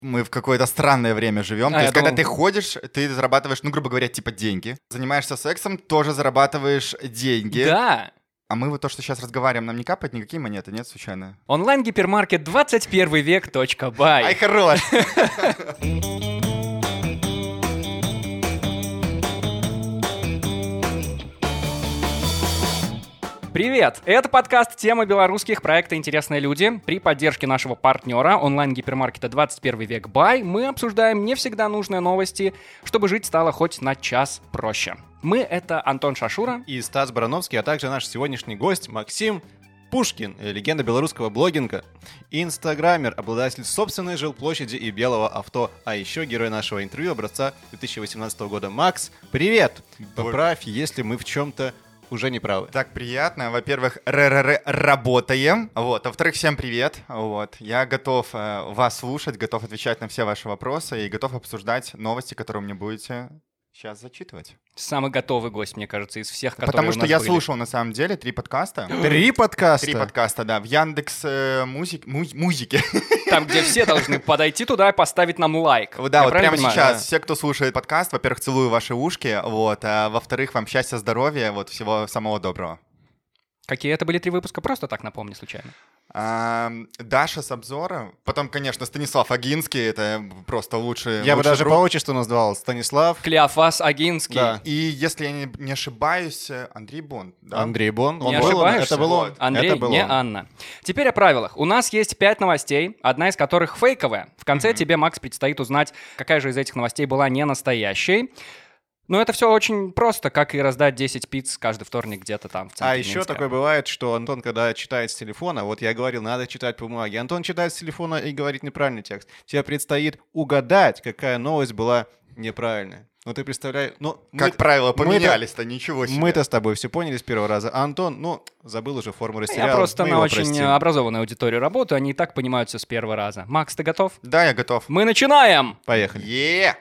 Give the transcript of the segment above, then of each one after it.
Мы в какое-то странное время живем. То есть, когда ты ходишь, ты зарабатываешь, грубо говоря, типа деньги. Занимаешься сексом, тоже зарабатываешь деньги. Да. А мы вот то, что сейчас разговариваем, нам не капают никакие монеты, нет, случайно? Онлайн-гипермаркет 21век.бай. Ай, хорош! Привет! Это подкаст «Тема белорусских» проекта «Интересные люди». При поддержке нашего партнера онлайн-гипермаркета 21 век Бай мы обсуждаем не всегда нужные новости, чтобы жить стало хоть на час проще. Мы — это Антон Шашура и Стас Барановский, а также наш сегодняшний гость Максим Пушкин, легенда белорусского блогинга, инстаграмер, обладатель собственной жилплощади и белого авто, а еще герой нашего интервью образца 2018 года. Макс, привет! Поправь, если мы в чем-то уже не правы. Так приятно. Во-первых, работаем. Вот. Во-вторых, всем привет. Вот. Я готов вас слушать, готов отвечать на все ваши вопросы и готов обсуждать новости, которые вы мне будете сейчас зачитывать. Самый готовый гость, мне кажется, из всех, которые Потому у что нас я были. слушал, на самом деле, 3 подкаста. 3 подкаста? 3 подкаста, да. В Яндекс музыке. Там, где все должны подойти туда и поставить нам лайк. Да, Я вот правильно прямо понимаю? сейчас все, кто слушает подкаст, во-первых, целую ваши ушки, вот, а во-вторых, вам счастья, здоровья, вот, всего самого доброго. Какие это были 3 выпуска? Просто так напомни случайно. Даша с обзора, потом, конечно, Станислав Агинский, это просто лучший. Я бы даже друг. по отчеству назвал Станислав. Клеофас Агинский. Да. И если я не ошибаюсь, Андрей Бон. Да? Андрей Бон. Не Он был, ошибаешься? это был он. Андрей, Это был не он. Анна. Теперь о правилах. У нас есть 5 новостей, одна из которых фейковая. В конце тебе, Макс, предстоит узнать, какая же из этих новостей была не настоящей. Но это все очень просто, как и раздать 10 пиц каждый вторник где-то там в центре А еще Минска. такое бывает, что Антон, когда читает с телефона, вот я говорил, надо читать по бумаге, Антон читает с телефона и говорит неправильный текст. Тебе предстоит угадать, какая новость была неправильная. Ну ты представляешь... Как правило, поменялись-то, ничего себе. Мы-то с тобой все поняли с первого раза. А Антон, забыл уже форму, растерял. Я просто мы на его очень простим. образованную аудиторию работаю, они и так понимают все с первого раза. Макс, ты готов? Да, я готов. Мы начинаем! Поехали. Е!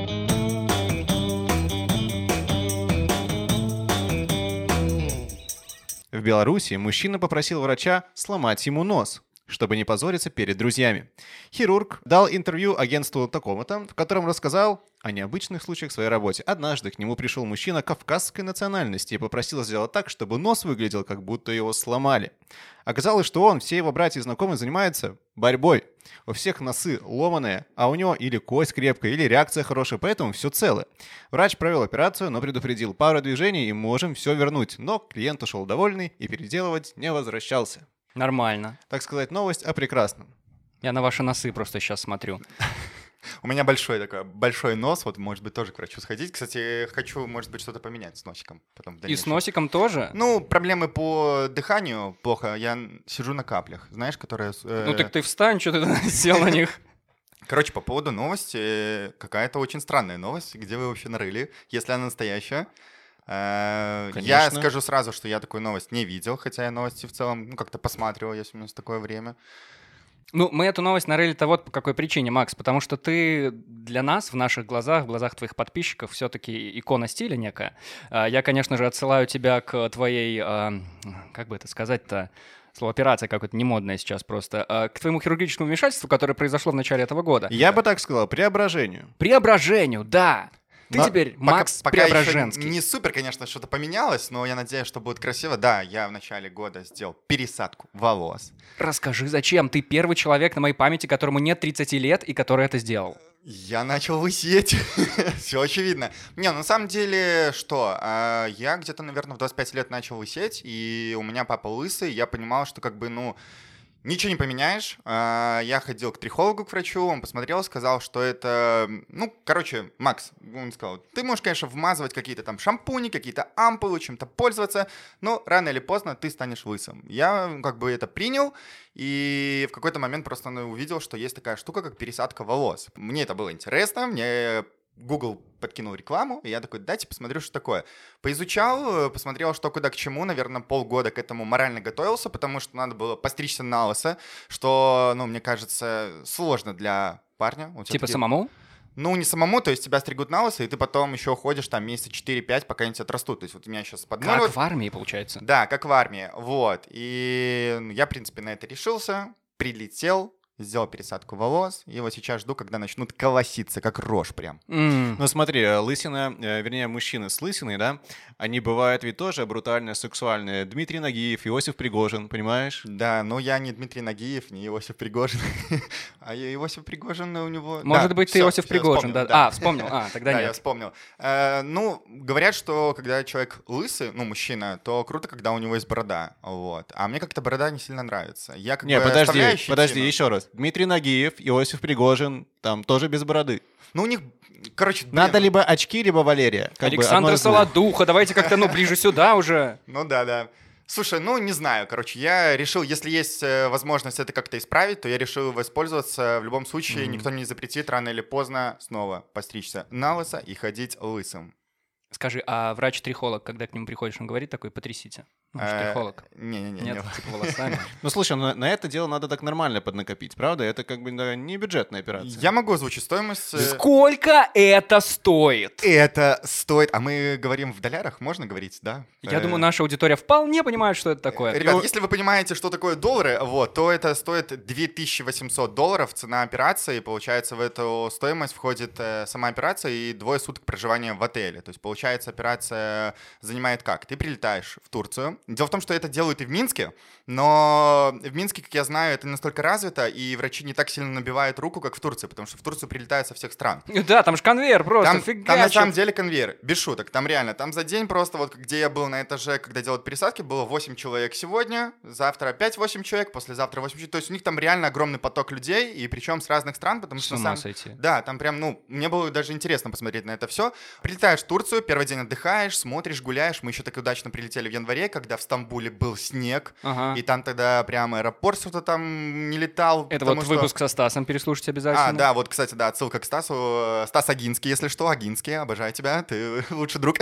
В Беларуси мужчина попросил врача сломать ему нос, чтобы не позориться перед друзьями. Хирург дал интервью агентству такому-то, в котором рассказал о необычных случаях в своей работе. Однажды к нему пришел мужчина кавказской национальности и попросил сделать так, чтобы нос выглядел, как будто его сломали. Оказалось, что он, все его братья и знакомые занимаются борьбой. У всех носы ломаные, а у него или кость крепкая, или реакция хорошая, поэтому все целое. Врач провел операцию, но предупредил: пару движений и можем все вернуть. Но клиент ушел довольный и переделывать не возвращался. Нормально. Так сказать, новость о прекрасном. Я на ваши носы просто сейчас смотрю. У меня большой нос, вот, может быть, тоже к врачу сходить. Кстати, хочу, может быть, что-то поменять с носиком. Потом в И с дальнейшем. носиком тоже? Проблемы по дыханию плохо. Я сижу на каплях, знаешь, которые... Ну так ты встань, что ты сел на них? Короче, по поводу новости, какая-то очень странная новость. Где вы вообще нарыли, если она настоящая? Я Конечно. скажу сразу, что я такую новость не видел, хотя я новости в целом как-то посматривал, если у нас такое время. Ну, мы эту новость нарыли-то вот по какой причине, Макс. Потому что ты для нас, в наших глазах, в глазах твоих подписчиков, все-таки икона стиля некая. Я, конечно же, отсылаю тебя к твоей, как бы это сказать-то, слово операция какое-то немодное сейчас просто, к твоему хирургическому вмешательству, которое произошло в начале этого года. Я бы так сказал, преображению. Преображению, да. Ты Но теперь пока Макс еще Преображенский. не супер, конечно, что-то поменялось, но я надеюсь, что будет красиво. Да, я в начале года сделал пересадку волос. Расскажи, зачем? Ты первый человек на моей памяти, которому нет 30 лет и который это сделал. Я начал лысеть. Все очевидно. На самом деле, что? Я где-то, наверное, в 25 лет начал лысеть, и у меня папа лысый, я понимал, что ничего не поменяешь. Я ходил к трихологу, к врачу, он посмотрел, сказал, что это... Макс, он сказал, ты можешь, конечно, вмазывать какие-то там шампуни, какие-то ампулы, чем-то пользоваться, но рано или поздно ты станешь лысым. Я это принял, и в какой-то момент просто увидел, что есть такая штука, как пересадка волос. Мне это было интересно, мне Google подкинул рекламу, и я такой, дайте посмотрю, что такое. Поизучал, посмотрел, что куда к чему, наверное, полгода к этому морально готовился, потому что надо было постричься на лысо, что, мне кажется, сложно для парня. Типа самому? Не самому, то есть тебя стригут на лысо, и ты потом еще ходишь там месяца 4-5, пока они тебя отрастут. То есть вот у меня сейчас под Как в армии, получается. Да, как в армии, вот. И я, в принципе, на это решился, прилетел, сделал пересадку волос, и вот сейчас жду, когда начнут колоситься, как рожь прям. Ну смотри, лысина, вернее, мужчины с лысиной, да, они бывают ведь тоже брутально сексуальные. Дмитрий Нагиев, Иосиф Пригожин, понимаешь? Да, но я не Дмитрий Нагиев, не Иосиф Пригожин. А Иосиф Пригожин у него... Может быть, ты Иосиф Пригожин, да? Вспомнил. Тогда да, нет. я вспомнил. Ну, говорят, что когда человек лысый, ну, мужчина, то круто, когда у него есть борода, вот. А мне как-то борода не сильно нравится. Я как Не, бы подожди, оставляю щетину. еще раз. Дмитрий Нагиев, Иосиф Пригожин, там тоже без бороды. Ну, у них, короче, блин. Надо либо очки, либо Валерия. Александр Солодуха, давайте как-то, ближе сюда уже. Ну да. Слушай, ну не знаю, короче, я решил, если есть возможность это как-то исправить, то я решил воспользоваться. В любом случае, никто не запретит рано или поздно снова постричься на лысо и ходить лысым. Скажи, а врач-трихолог, когда к нему приходишь, он говорит такой, потрясите? Ну, трихолог. Не-не-не. Нет, типа волосами. Ну, слушай, на это дело надо так нормально поднакопить, правда? Это как бы не бюджетная операция. Я могу озвучить стоимость. Сколько это стоит? Это стоит... А мы говорим в долларах? Можно говорить, да? Я думаю, наша аудитория вполне понимает, что это такое. Ребят, если вы понимаете, что такое доллары, вот, то это стоит $2800 цена операции. Получается, в эту стоимость входит сама операция и 2 суток проживания в отеле. То есть, получается, операция занимает как? Ты прилетаешь в Турцию. Дело в том, что это делают и в Минске, но в Минске, как я знаю, это не настолько развито, и врачи не так сильно набивают руку, как в Турции, потому что в Турцию прилетают со всех стран. Да, там же конвейер просто, Там на самом деле конвейер, без шуток, там реально, там за день просто, вот где я был на этаже, когда делают пересадки, было 8 человек сегодня, завтра опять 8 человек, послезавтра 8 человек, то есть у них там реально огромный поток людей, и причем с разных стран, потому что... С ума сойти. Да, там прям, мне было даже интересно посмотреть на это все. Прилетаешь в Турцию, первый день отдыхаешь, смотришь, гуляешь, мы еще так удачно прилетели в январе, когда в Стамбуле был снег, и там тогда прям аэропорт что-то там не летал. Это вот выпуск со Стасом переслушайте обязательно. Да, вот, кстати, да, отсылка к Стасу. Стас Агинский, если что, Агинский, обожаю тебя, ты лучший друг.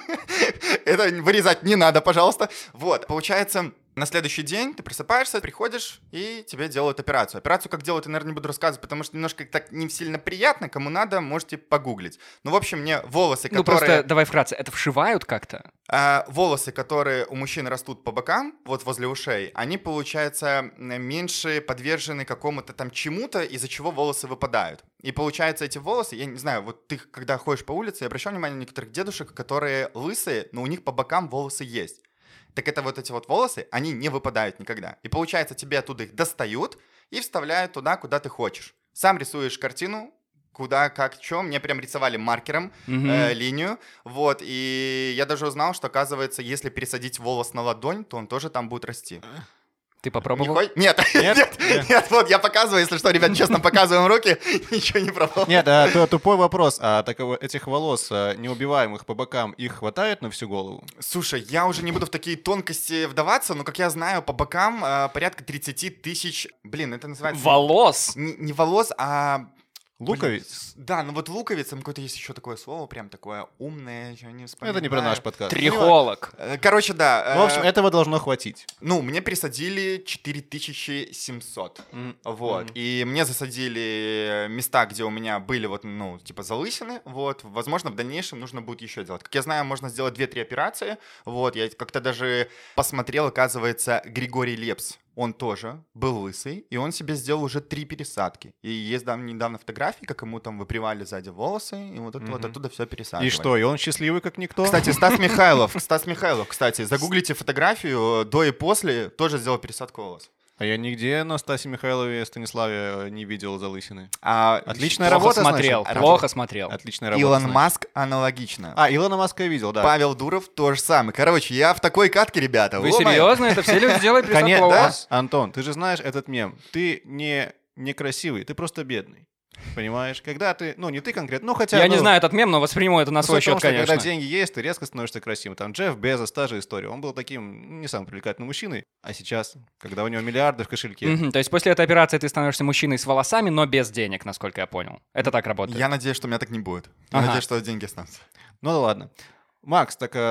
Это вырезать не надо, пожалуйста. Вот, получается... На следующий день ты просыпаешься, приходишь, и тебе делают операцию. Операцию как делают, я, наверное, не буду рассказывать, потому что немножко так не сильно приятно. Кому надо, можете погуглить. Ну, в общем, мне волосы, которые... Ну, просто давай вкратце. Это вшивают как-то? Волосы, которые у мужчин растут по бокам, вот возле ушей, они, получается, меньше подвержены какому-то там чему-то, из-за чего волосы выпадают. И, получается, эти волосы, я не знаю, вот ты, когда ходишь по улице, я обращал внимание на некоторых дедушек, которые лысые, но у них по бокам волосы есть. Так это вот эти вот волосы, они не выпадают никогда. И получается, тебе оттуда их достают и вставляют туда, куда ты хочешь. Сам рисуешь картину, куда, как, что. Мне прям рисовали маркером линию. Вот, и я даже узнал, что, оказывается, если пересадить волос на ладонь, то он тоже там будет расти. Ты попробовал? Нет, вот я показываю, если что, ребят, честно, показываем руки, ничего не пробовал. Нет, тупой вопрос, а так этих волос неубиваемых по бокам, их хватает на всю голову? Слушай, я уже не буду в такие тонкости вдаваться, но, как я знаю, по бокам порядка 30 тысяч, это называется... Волос? Не волос, а... Луковиц? Да, ну вот луковица, какое-то есть еще такое слово, прям такое умное, я не вспоминаю. Это не про наш подкаст. Трихолог. Короче, да. В общем, этого должно хватить. Мне присадили 4700. Вот. И мне засадили места, где у меня были вот, залысины. Вот. Возможно, в дальнейшем нужно будет еще делать. Как я знаю, можно сделать 2-3 операции. Вот. Я как-то даже посмотрел, оказывается, Григорий Лепс. Он тоже был лысый, и он себе сделал уже 3 пересадки. И есть недавно фотографии, как ему там выпрямали сзади волосы, и вот это вот оттуда все пересаживали. И что, и он счастливый, как никто? Кстати, Стас Михайлов, кстати, загуглите фотографию до и после, тоже сделал пересадку волос. А я нигде на Стасе Михайлове Станиславе не видел залысины. Отличная работа, Плохо смотрел. Отличная работа. Илон Маск аналогично. Илона Маска я видел, да. Павел Дуров тоже самый. Короче, я в такой катке, ребята. Вы серьезно? Это все люди делают пересадку волос? Антон, ты же знаешь этот мем. Ты не красивый, ты просто бедный. Понимаешь? Когда ты, не ты конкретно, хотя... Я не знаю этот мем, но восприму это на свой счет, конечно. Когда деньги есть, ты резко становишься красивым. Там Джефф Безос, та же история. Он был таким не самым привлекательным мужчиной. А сейчас, когда у него миллиарды в кошельке... То есть после этой операции ты становишься мужчиной с волосами, но без денег, насколько я понял. Это так работает? Я надеюсь, что у меня так не будет. Я надеюсь, что деньги останутся. Ну да ладно. Макс, так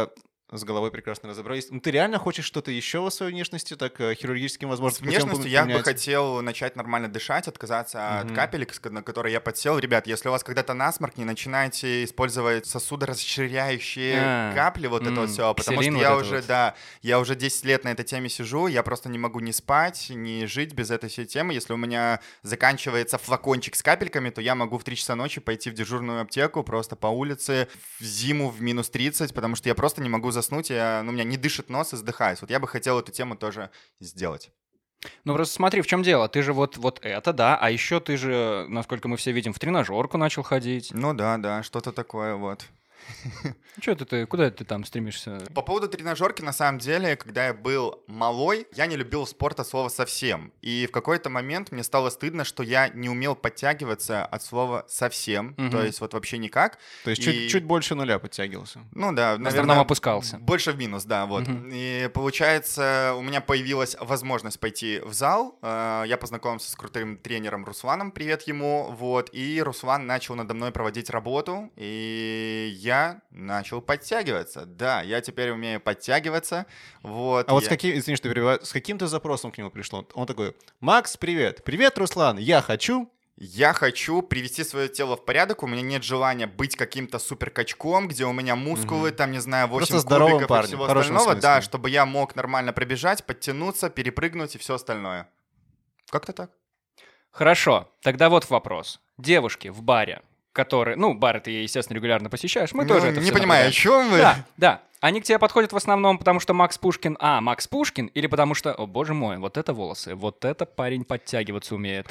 с головой прекрасно разобрались. Ну, ты реально хочешь что-то еще во своей внешности, так хирургическим, возможно, С внешностью я бы хотел начать нормально дышать, отказаться от капелек, на которые я подсел. Ребят, если у вас когда-то насморк, не начинайте использовать сосудорасширяющие капли, вот это вот все, потому что я уже, я уже 10 лет на этой теме сижу, я просто не могу ни спать, ни жить без этой всей темы. Если у меня заканчивается флакончик с капельками, то я могу в 3 часа ночи пойти в дежурную аптеку просто по улице в зиму в минус 30, потому что я просто не могу заснуть, у меня не дышит нос и задыхаюсь. Вот я бы хотел эту тему тоже сделать. Ну, просто смотри, в чем дело. Ты же вот это, да, а еще ты же, насколько мы все видим, в тренажерку начал ходить. Ну да, что-то такое вот. Что ты, куда ты там стремишься? По поводу тренажерки, на самом деле, когда я был малой, я не любил спорт от слова совсем. И в какой-то момент мне стало стыдно, что я не умел подтягиваться от слова совсем, то есть вот вообще никак. То есть чуть больше нуля подтягивался. Ну да, в основном опускался. Больше в минус, да, вот. И получается, у меня появилась возможность пойти в зал. Я познакомился с крутым тренером Русланом, привет ему, вот. И Руслан начал надо мной проводить работу, и я начал подтягиваться. Да, я теперь умею подтягиваться. Вот. А вот извини, что перебиваю, с каким-то запросом к нему пришло? Он такой: Макс, привет. Привет, Руслан, я хочу привести свое тело в порядок, у меня нет желания быть каким-то суперкачком, где у меня мускулы, там, не знаю, 8 кубиков и всего остального. Да, чтобы я мог нормально пробежать, подтянуться, перепрыгнуть и все остальное. Как-то так. Хорошо, тогда вот вопрос. Девушки в баре, которые... Ну, бары ты, естественно, регулярно посещаешь, мы тоже это не понимаю, о чем вы? Да. Они к тебе подходят в основном, потому что Макс Пушкин... Макс Пушкин? Или потому что, о боже мой, вот это волосы, вот это парень подтягиваться умеет.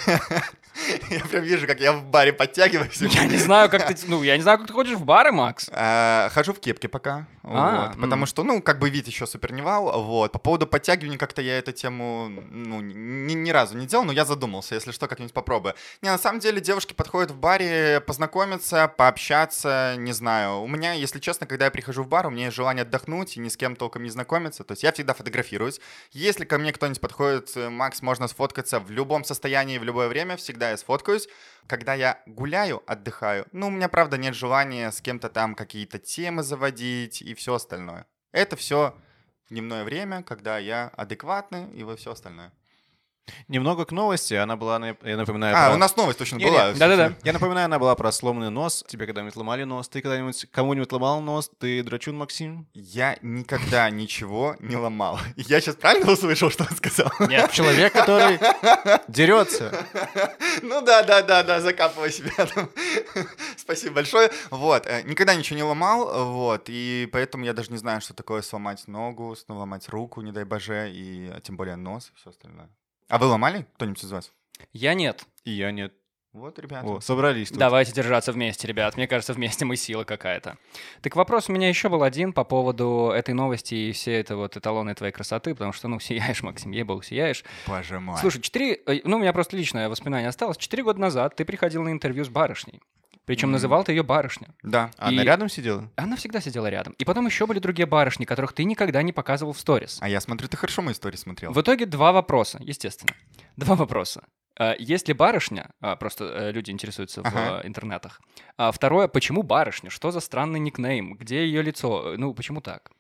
Я прям вижу, как я в баре подтягиваюсь. Я не знаю, как ты ходишь в бары, Макс. Хожу в кепке пока. Потому что, вид еще супер не вау. Вот. По поводу подтягивания как-то я эту тему ни разу не делал, но я задумался. Если что, как-нибудь попробую. Не, на самом деле девушки подходят в баре познакомиться, пообщаться, не знаю. У меня, если честно, когда я прихожу в бар, у меня есть желание отдохнуть и ни с кем толком не знакомиться. То есть я всегда фотографируюсь. Если ко мне кто-нибудь подходит: Макс, можно сфоткаться в любом состоянии, в любое время, всегда я сфоткаюсь. Когда я гуляю, отдыхаю, у меня, правда, нет желания с кем-то там какие-то темы заводить и все остальное. Это все дневное время, когда я адекватный и все остальное. Немного к новости. Она была, я напоминаю... у нас новость точно была. Да-да-да. Я напоминаю, она была про сломанный нос. Тебе когда-нибудь ломали нос? Ты когда-нибудь кому-нибудь ломал нос? Ты драчун, Максим? Я никогда ничего не ломал. Я сейчас правильно услышал, что он сказал? Нет, человек, который дерется. Ну да, закапывай себя там. Спасибо большое. Вот, никогда ничего не ломал, вот, и поэтому я даже не знаю, что такое сломать ногу, сломать руку, не дай боже, и тем более нос и все остальное. А вы ломали кто-нибудь из вас? Я нет. И я нет. Вот, ребята. О, собрались тут. Давайте держаться вместе, ребят. Мне кажется, вместе мы сила какая-то. Так вопрос у меня еще был один по поводу этой новости и всей этой вот эталонной твоей красоты, потому что, сияешь, Максим, ей-богу, сияешь. Боже мой. Слушай, у меня просто личное воспоминание осталось. 4 года назад ты приходил на интервью с барышней. Причем называл ты ее барышня. Да. Она рядом сидела? Она всегда сидела рядом. И потом еще были другие барышни, которых ты никогда не показывал в сторис. А я смотрю, ты хорошо мои сторис смотрел. В итоге 2 вопроса, естественно. 2 вопроса. Есть ли барышня? Просто люди интересуются в интернетах. Второе, почему барышня? Что за странный никнейм? Где ее лицо? Почему так?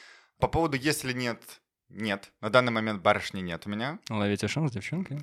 По поводу «если нет», нет. На данный момент барышни нет у меня. Ловите шанс, девчонки.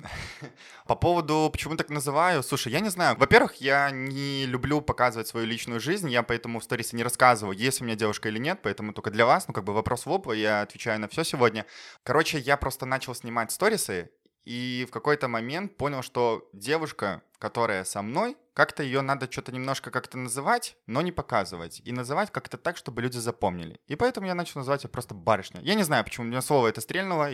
По поводу, почему так называю, слушай, я не знаю. Во-первых, я не люблю показывать свою личную жизнь, я поэтому в сторисе не рассказываю, есть у меня девушка или нет, поэтому только для вас, вопрос в лоб, я отвечаю на все сегодня. Короче, я просто начал снимать сторисы, и в какой-то момент понял, что девушка, которая со мной, как-то ее надо что-то немножко как-то называть, но не показывать. И называть как-то так, чтобы люди запомнили. И поэтому я начал называть ее просто барышня. Я не знаю, почему у меня слово это стрельнуло.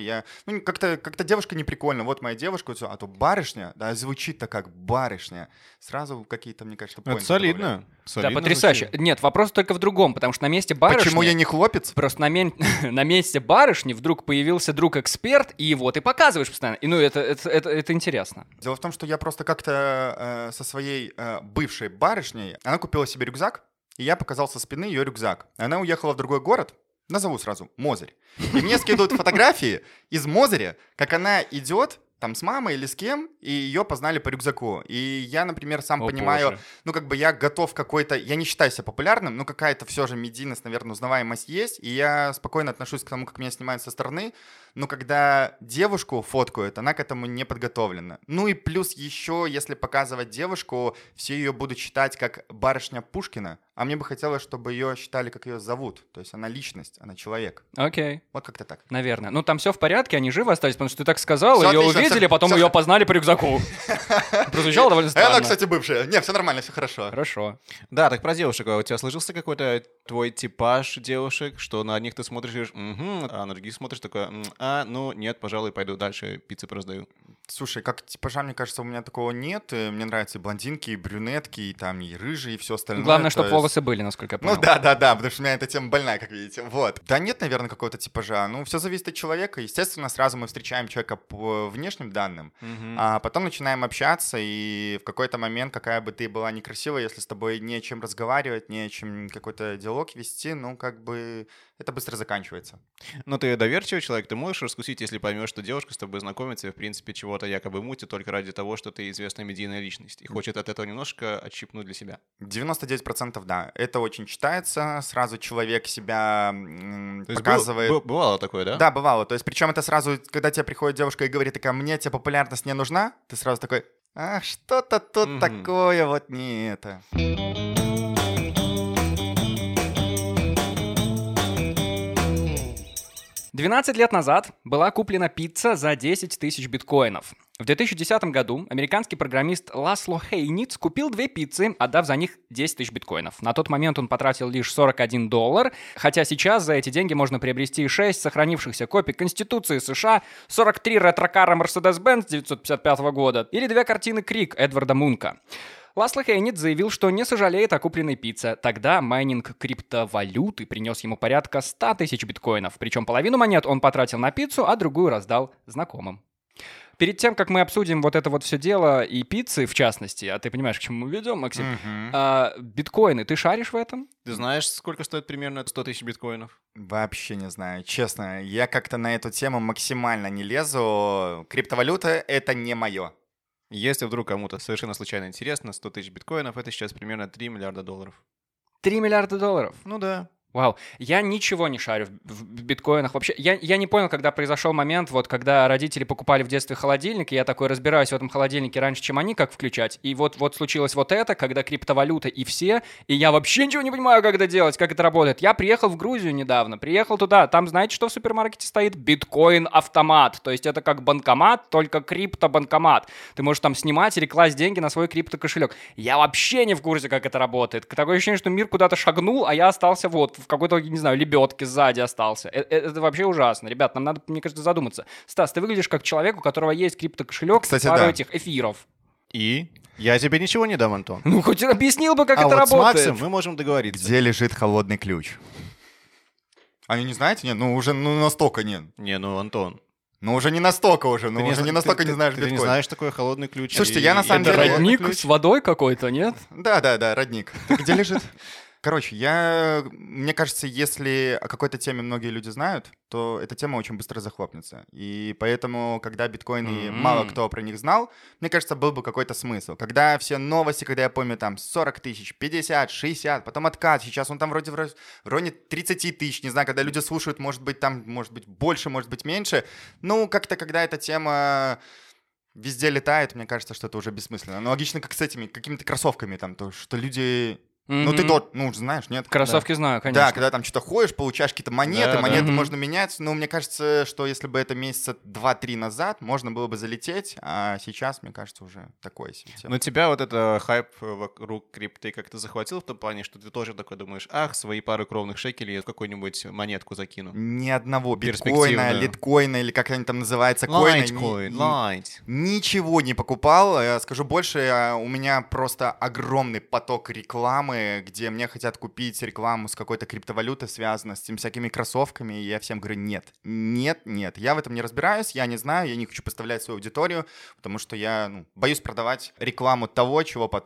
Как-то девушка не прикольно. Вот моя девушка, а то барышня, да, звучит-то как барышня. Сразу какие-то, мне кажется, поинты. Это солидно. Да, потрясающе. Звучит. Нет, вопрос только в другом, потому что на месте барышни... Почему я не хлопец? Просто на месте барышни вдруг появился друг-эксперт, и вот, и показываешь постоянно. И это интересно. Дело в том, что я просто как-то со своей бывшей барышней, она купила себе рюкзак, и я показал со спины ее рюкзак. Она уехала в другой город, назову сразу, Мозырь. И мне скидывают фотографии из Мозыря, как она идет там с мамой или с кем, и ее познали по рюкзаку. И я, например, сам понимаю, боже. ну, как бы я готов какой-то... Я не считаю себя популярным, но какая-то все же медийность, наверное, узнаваемость есть, и я спокойно отношусь к тому, как меня снимают со стороны, но когда девушку фоткают, она к этому не подготовлена. Ну и плюс еще, если показывать девушку, все ее будут считать как барышня Пушкина, а мне бы хотелось, чтобы ее считали, как ее зовут. То есть она личность, она человек. Окей. Вот как-то так. Наверное. Ну, там все в порядке, они живы остались, потому что ты так сказал, Всё ее отлично, увидели, всё- потом всё- ее познали по рюкзаку. Прозвучало довольно странно. Она, кстати, бывшая. Не, все нормально, все хорошо. Хорошо. Да, так про девушек. А у тебя сложился какой-то твой типаж девушек, что на одних ты смотришь и говоришь, угу, а на других смотришь такое, ну нет, пожалуй, пойду дальше пиццы пораздаю. Слушай, как типажа, мне кажется, у меня такого нет. Мне нравятся и блондинки, и брюнетки, и там и рыжие, и все остальное. Главное, То чтобы есть- волосы были, насколько я понял. Ну да, потому что у меня эта тема больная, как видите. Вот. Да нет, наверное, какого-то типажа. Ну, все зависит от человека. Естественно, сразу мы встречаем человека по внешним данным, а потом начинаем общаться, и в какой-то момент, какая бы ты была некрасивая, если с тобой не о чем разговаривать, не о чем какой-то диалог вести, ну, как бы это быстро заканчивается. Но ты доверчивый человек, ты можешь раскусить, если поймешь, что девушка с тобой знакомится и, в принципе, чего-то якобы мутит только ради того, что ты известная медийная личность и хочет от этого немножко отщипнуть для себя. 99% да. Это очень читается. Сразу человек себя То есть показывает. бывало такое, да? Да, бывало. То есть, причем это сразу, когда тебе приходит девушка и говорит, такая, мне тебе популярность не нужна, ты сразу такой, что-то тут такое, вот не это. 12 лет назад была куплена пицца за 10 тысяч биткоинов. В 2010 году американский программист Ласло Хейниц купил 2 пиццы, отдав за них 10 тысяч биткоинов. На тот момент он потратил лишь $41, хотя сейчас за эти деньги можно приобрести 6 сохранившихся копий Конституции США, 43 ретро-кара Mercedes-Benz 1955 года или 2 картины «Крик» Эдварда Мунка. Ласло Хейниц заявил, что не сожалеет о купленной пицце. Тогда майнинг криптовалюты принес ему порядка 100 тысяч биткоинов. Причем половину монет он потратил на пиццу, а другую раздал знакомым. Перед тем, как мы обсудим вот это вот все дело и пиццы, в частности, а ты понимаешь, к чему мы ведем, Максим, биткоины, ты шаришь в этом? Ты знаешь, сколько стоит примерно 100 тысяч биткоинов? Вообще не знаю, честно. Я как-то на эту тему максимально не лезу. Криптовалюта — это не мое. Если вдруг кому-то совершенно случайно интересно, 100 тысяч биткоинов — это сейчас примерно $3 миллиарда. 3 миллиарда долларов? Ну да. Вау, я ничего не шарю в биткоинах вообще. Я не понял, когда произошел момент, вот когда родители покупали в детстве холодильник, и я такой разбираюсь в этом холодильнике раньше, чем они, как включать. И вот случилось вот это, когда криптовалюта и все, и я вообще ничего не понимаю, как это делать, как это работает. Я приехал в Грузию недавно, приехал туда, там знаете, что в супермаркете стоит? Биткоин-автомат. То есть это как банкомат, только криптобанкомат. Ты можешь там снимать или класть деньги на свой криптокошелек. Я вообще не в курсе, как это работает. Такое ощущение, что мир куда-то шагнул, а я остался вот в какой-то, не знаю, лебедке сзади остался. Это вообще ужасно. Ребят, нам надо, мне кажется, задуматься. Стас, ты выглядишь как человек, у которого есть криптокошелек, Кстати, пару да. этих эфиров. И? Я тебе ничего не дам, Антон. Ну, хоть объяснил бы, как А это вот работает. с Максом мы можем договориться. Где лежит холодный ключ? А не знаете? Нет, ну уже настолько нет. Не, ну, Антон. Ну уже не настолько уже, ну ты уже не настолько не знаешь Ты не биткоин. знаешь такой холодный ключ. Слушайте, я на самом Это деле- родник ключ. с водой какой-то, нет? Да, родник. Где лежит? Короче, мне кажется, если о какой-то теме многие люди знают, то эта тема очень быстро захлопнется. И поэтому, когда биткоины, мало кто про них знал, мне кажется, был бы какой-то смысл. Когда все новости, когда я помню, там 40 тысяч, 50, 60, потом откат, сейчас он там вроде в районе 30 тысяч, не знаю, когда люди слушают, может быть, там, может быть, больше, может быть, меньше. Ну, как-то, когда эта тема везде летает, мне кажется, что это уже бессмысленно. Аналогично, как с этими какими-то кроссовками, там, то, что люди... Ну, ты тот, ну, знаешь, нет? Кроссовки знаю, конечно. Да, когда там что-то ходишь, получаешь какие-то монеты, Да, монеты да. можно менять. Но мне кажется, что если бы это месяца 2-3 назад, можно было бы залететь, а сейчас, мне кажется, уже такое себе тема. Но тебя вот это хайп вокруг крипты как-то захватил в том плане, что ты тоже такой думаешь, свои пару кровных шекелей в какую-нибудь монетку закину. Ни одного биткоина, Перспективно. литкоина или как они там называются, коина. Лайткоин, лайт. Ничего не покупал. Я скажу больше, у меня просто огромный поток рекламы, где мне хотят купить рекламу с какой-то криптовалютой, связанной с теми всякими кроссовками, и я всем говорю, нет, я в этом не разбираюсь, я не знаю, я не хочу поставлять свою аудиторию, потому что я боюсь продавать рекламу того, чего потом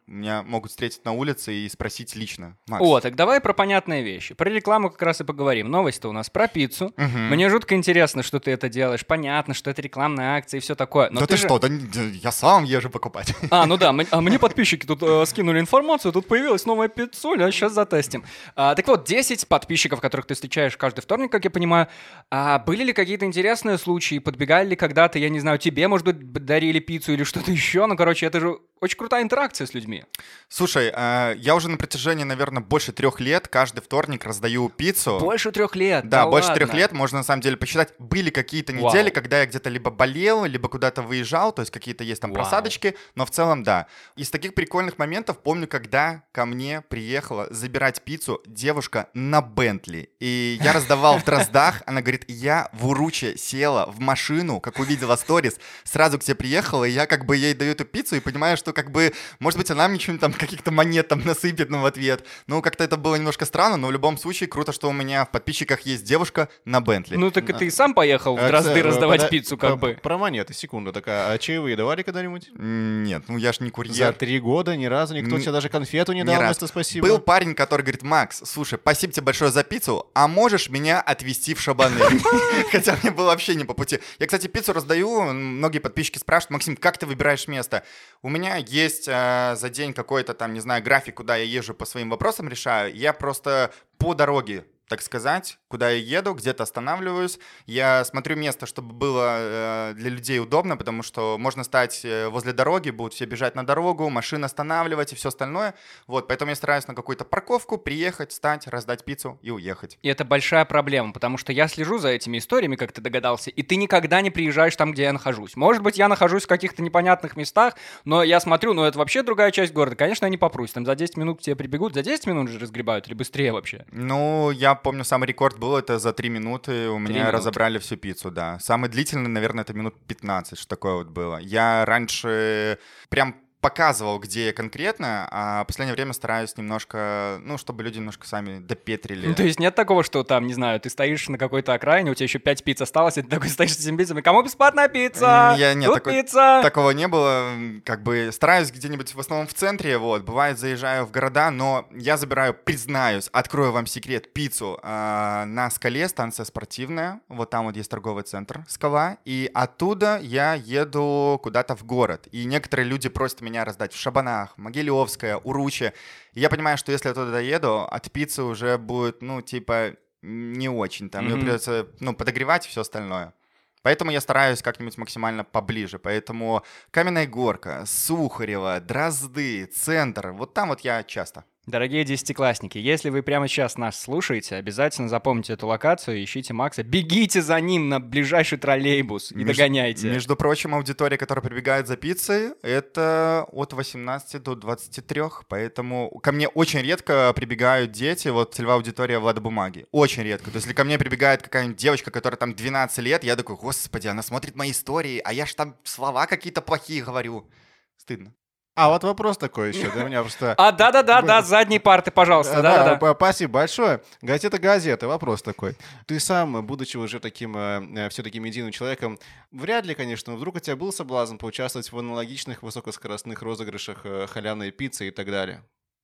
меня могут встретить на улице и спросить лично. Макс. О, так давай про понятные вещи. Про рекламу как раз и поговорим. Новость-то у нас про пиццу. Мне жутко интересно, что ты это делаешь. Понятно, что это рекламная акция и все такое. Но да ты что, да я сам езжу покупать. Ну да, мне подписчики тут скинули информацию, тут появилась новая пиццуля, сейчас затестим. Так вот, 10 подписчиков, которых ты встречаешь каждый вторник, как я понимаю. Были ли какие-то интересные случаи? Подбегали ли когда-то, я не знаю, тебе, может быть, дарили пиццу или что-то еще? Ну, короче, это же очень крутая интеракция с людьми. Слушай, я уже на протяжении, наверное, больше 3 лет каждый вторник раздаю пиццу. Больше 3 лет? Да, больше ладно. 3 лет, можно на самом деле посчитать. Были какие-то недели, когда я где-то либо болел, либо куда-то выезжал, то есть какие-то есть там просадочки, но в целом да. Из таких прикольных моментов помню, когда ко мне приехала забирать пиццу девушка на Бентли. И я раздавал в Дроздах, она говорит, я в Уруче села в машину, как увидела сторис, сразу к тебе приехала, и я как бы ей даю эту пиццу и понимаю, что как бы, может быть, она мне что-нибудь там, каких-то монет там насыпет, в ответ. Ну, как-то это было немножко странно, но в любом случае круто, что у меня в подписчиках есть девушка на Бентли. Ну, так и ты сам поехал в Дрозды раздавать пиццу, как бы. Про монеты, секунду. такая. А чаевые давали когда-нибудь? Нет, ну я ж не курьер. За 3 года ни разу никто тебе даже конфету не дал вместо спасибо? Был парень, который говорит, Макс, слушай, спасибо тебе большое за пиццу, а можешь меня отвезти в Шабаны? Хотя мне было вообще не по пути. Я, кстати, пиццу раздаю, многие подписчики спрашивают, Максим, как ты выбираешь место? У меня есть за день какой-то там, не знаю, график, куда я езжу по своим вопросам решаю. Я просто по дороге, так сказать, куда я еду, где-то останавливаюсь. Я смотрю место, чтобы было для людей удобно, потому что можно стать возле дороги, будут все бежать на дорогу, машины останавливать и все остальное. Вот, поэтому я стараюсь на какую-то парковку приехать, встать, раздать пиццу и уехать. И это большая проблема, потому что я слежу за этими историями, как ты догадался, и ты никогда не приезжаешь там, где я нахожусь. Может быть, я нахожусь в каких-то непонятных местах, но я смотрю, ну это вообще другая часть города. Конечно, я не попрусь. Там за 10 минут к тебе прибегут. За 10 минут же разгребают или быстрее вообще? Ну, я помню, самый рекорд был, это за 3 минуты у меня разобрали всю пиццу, да. Самый длительный, наверное, это минут 15, что такое вот было. Я раньше прям показывал, где я конкретно, а в последнее время стараюсь немножко, ну, чтобы люди немножко сами допетрили. Ну, то есть нет такого, что там, не знаю, ты стоишь на какой-то окраине, у тебя еще 5 пиц осталось, и ты такой стоишь с этими пиццами, кому бесплатная пицца? Нет, пицца! Такого не было. Как бы стараюсь где-нибудь в основном в центре, вот. Бывает, заезжаю в города, но я забираю, признаюсь, открою вам секрет, пиццу на Скале, станция спортивная, вот там вот есть торговый центр Скала, и оттуда я еду куда-то в город. И некоторые люди просят меня раздать в Шабанах, Могилевская, Уруче. И я понимаю, что если я туда доеду, от пиццы уже будет, ну, типа, не очень. Там мне придется, ну, подогревать и все остальное. Поэтому я стараюсь как-нибудь максимально поближе. Поэтому Каменная Горка, Сухарево, Дрозды, Центр. Вот там вот я часто. Дорогие десятиклассники, если вы прямо сейчас нас слушаете, обязательно запомните эту локацию, ищите Макса, бегите за ним на ближайший троллейбус и догоняйте. Между прочим, аудитория, которая прибегает за пиццей, это от 18 до 23, поэтому ко мне очень редко прибегают дети, вот целевая аудитория Влада Бумаги, очень редко. То есть если ко мне прибегает какая-нибудь девочка, которая там 12 лет, я такой, господи, она смотрит мои истории, а я ж там слова какие-то плохие говорю. Стыдно. А вот вопрос такой еще, да, у меня просто... Да, с задней парты, пожалуйста, да. Спасибо большое. Газета, вопрос такой. Ты сам, будучи уже таким все-таки медийным человеком, вряд ли, конечно, но вдруг у тебя был соблазн поучаствовать в аналогичных высокоскоростных розыгрышах халявной пиццы и так далее?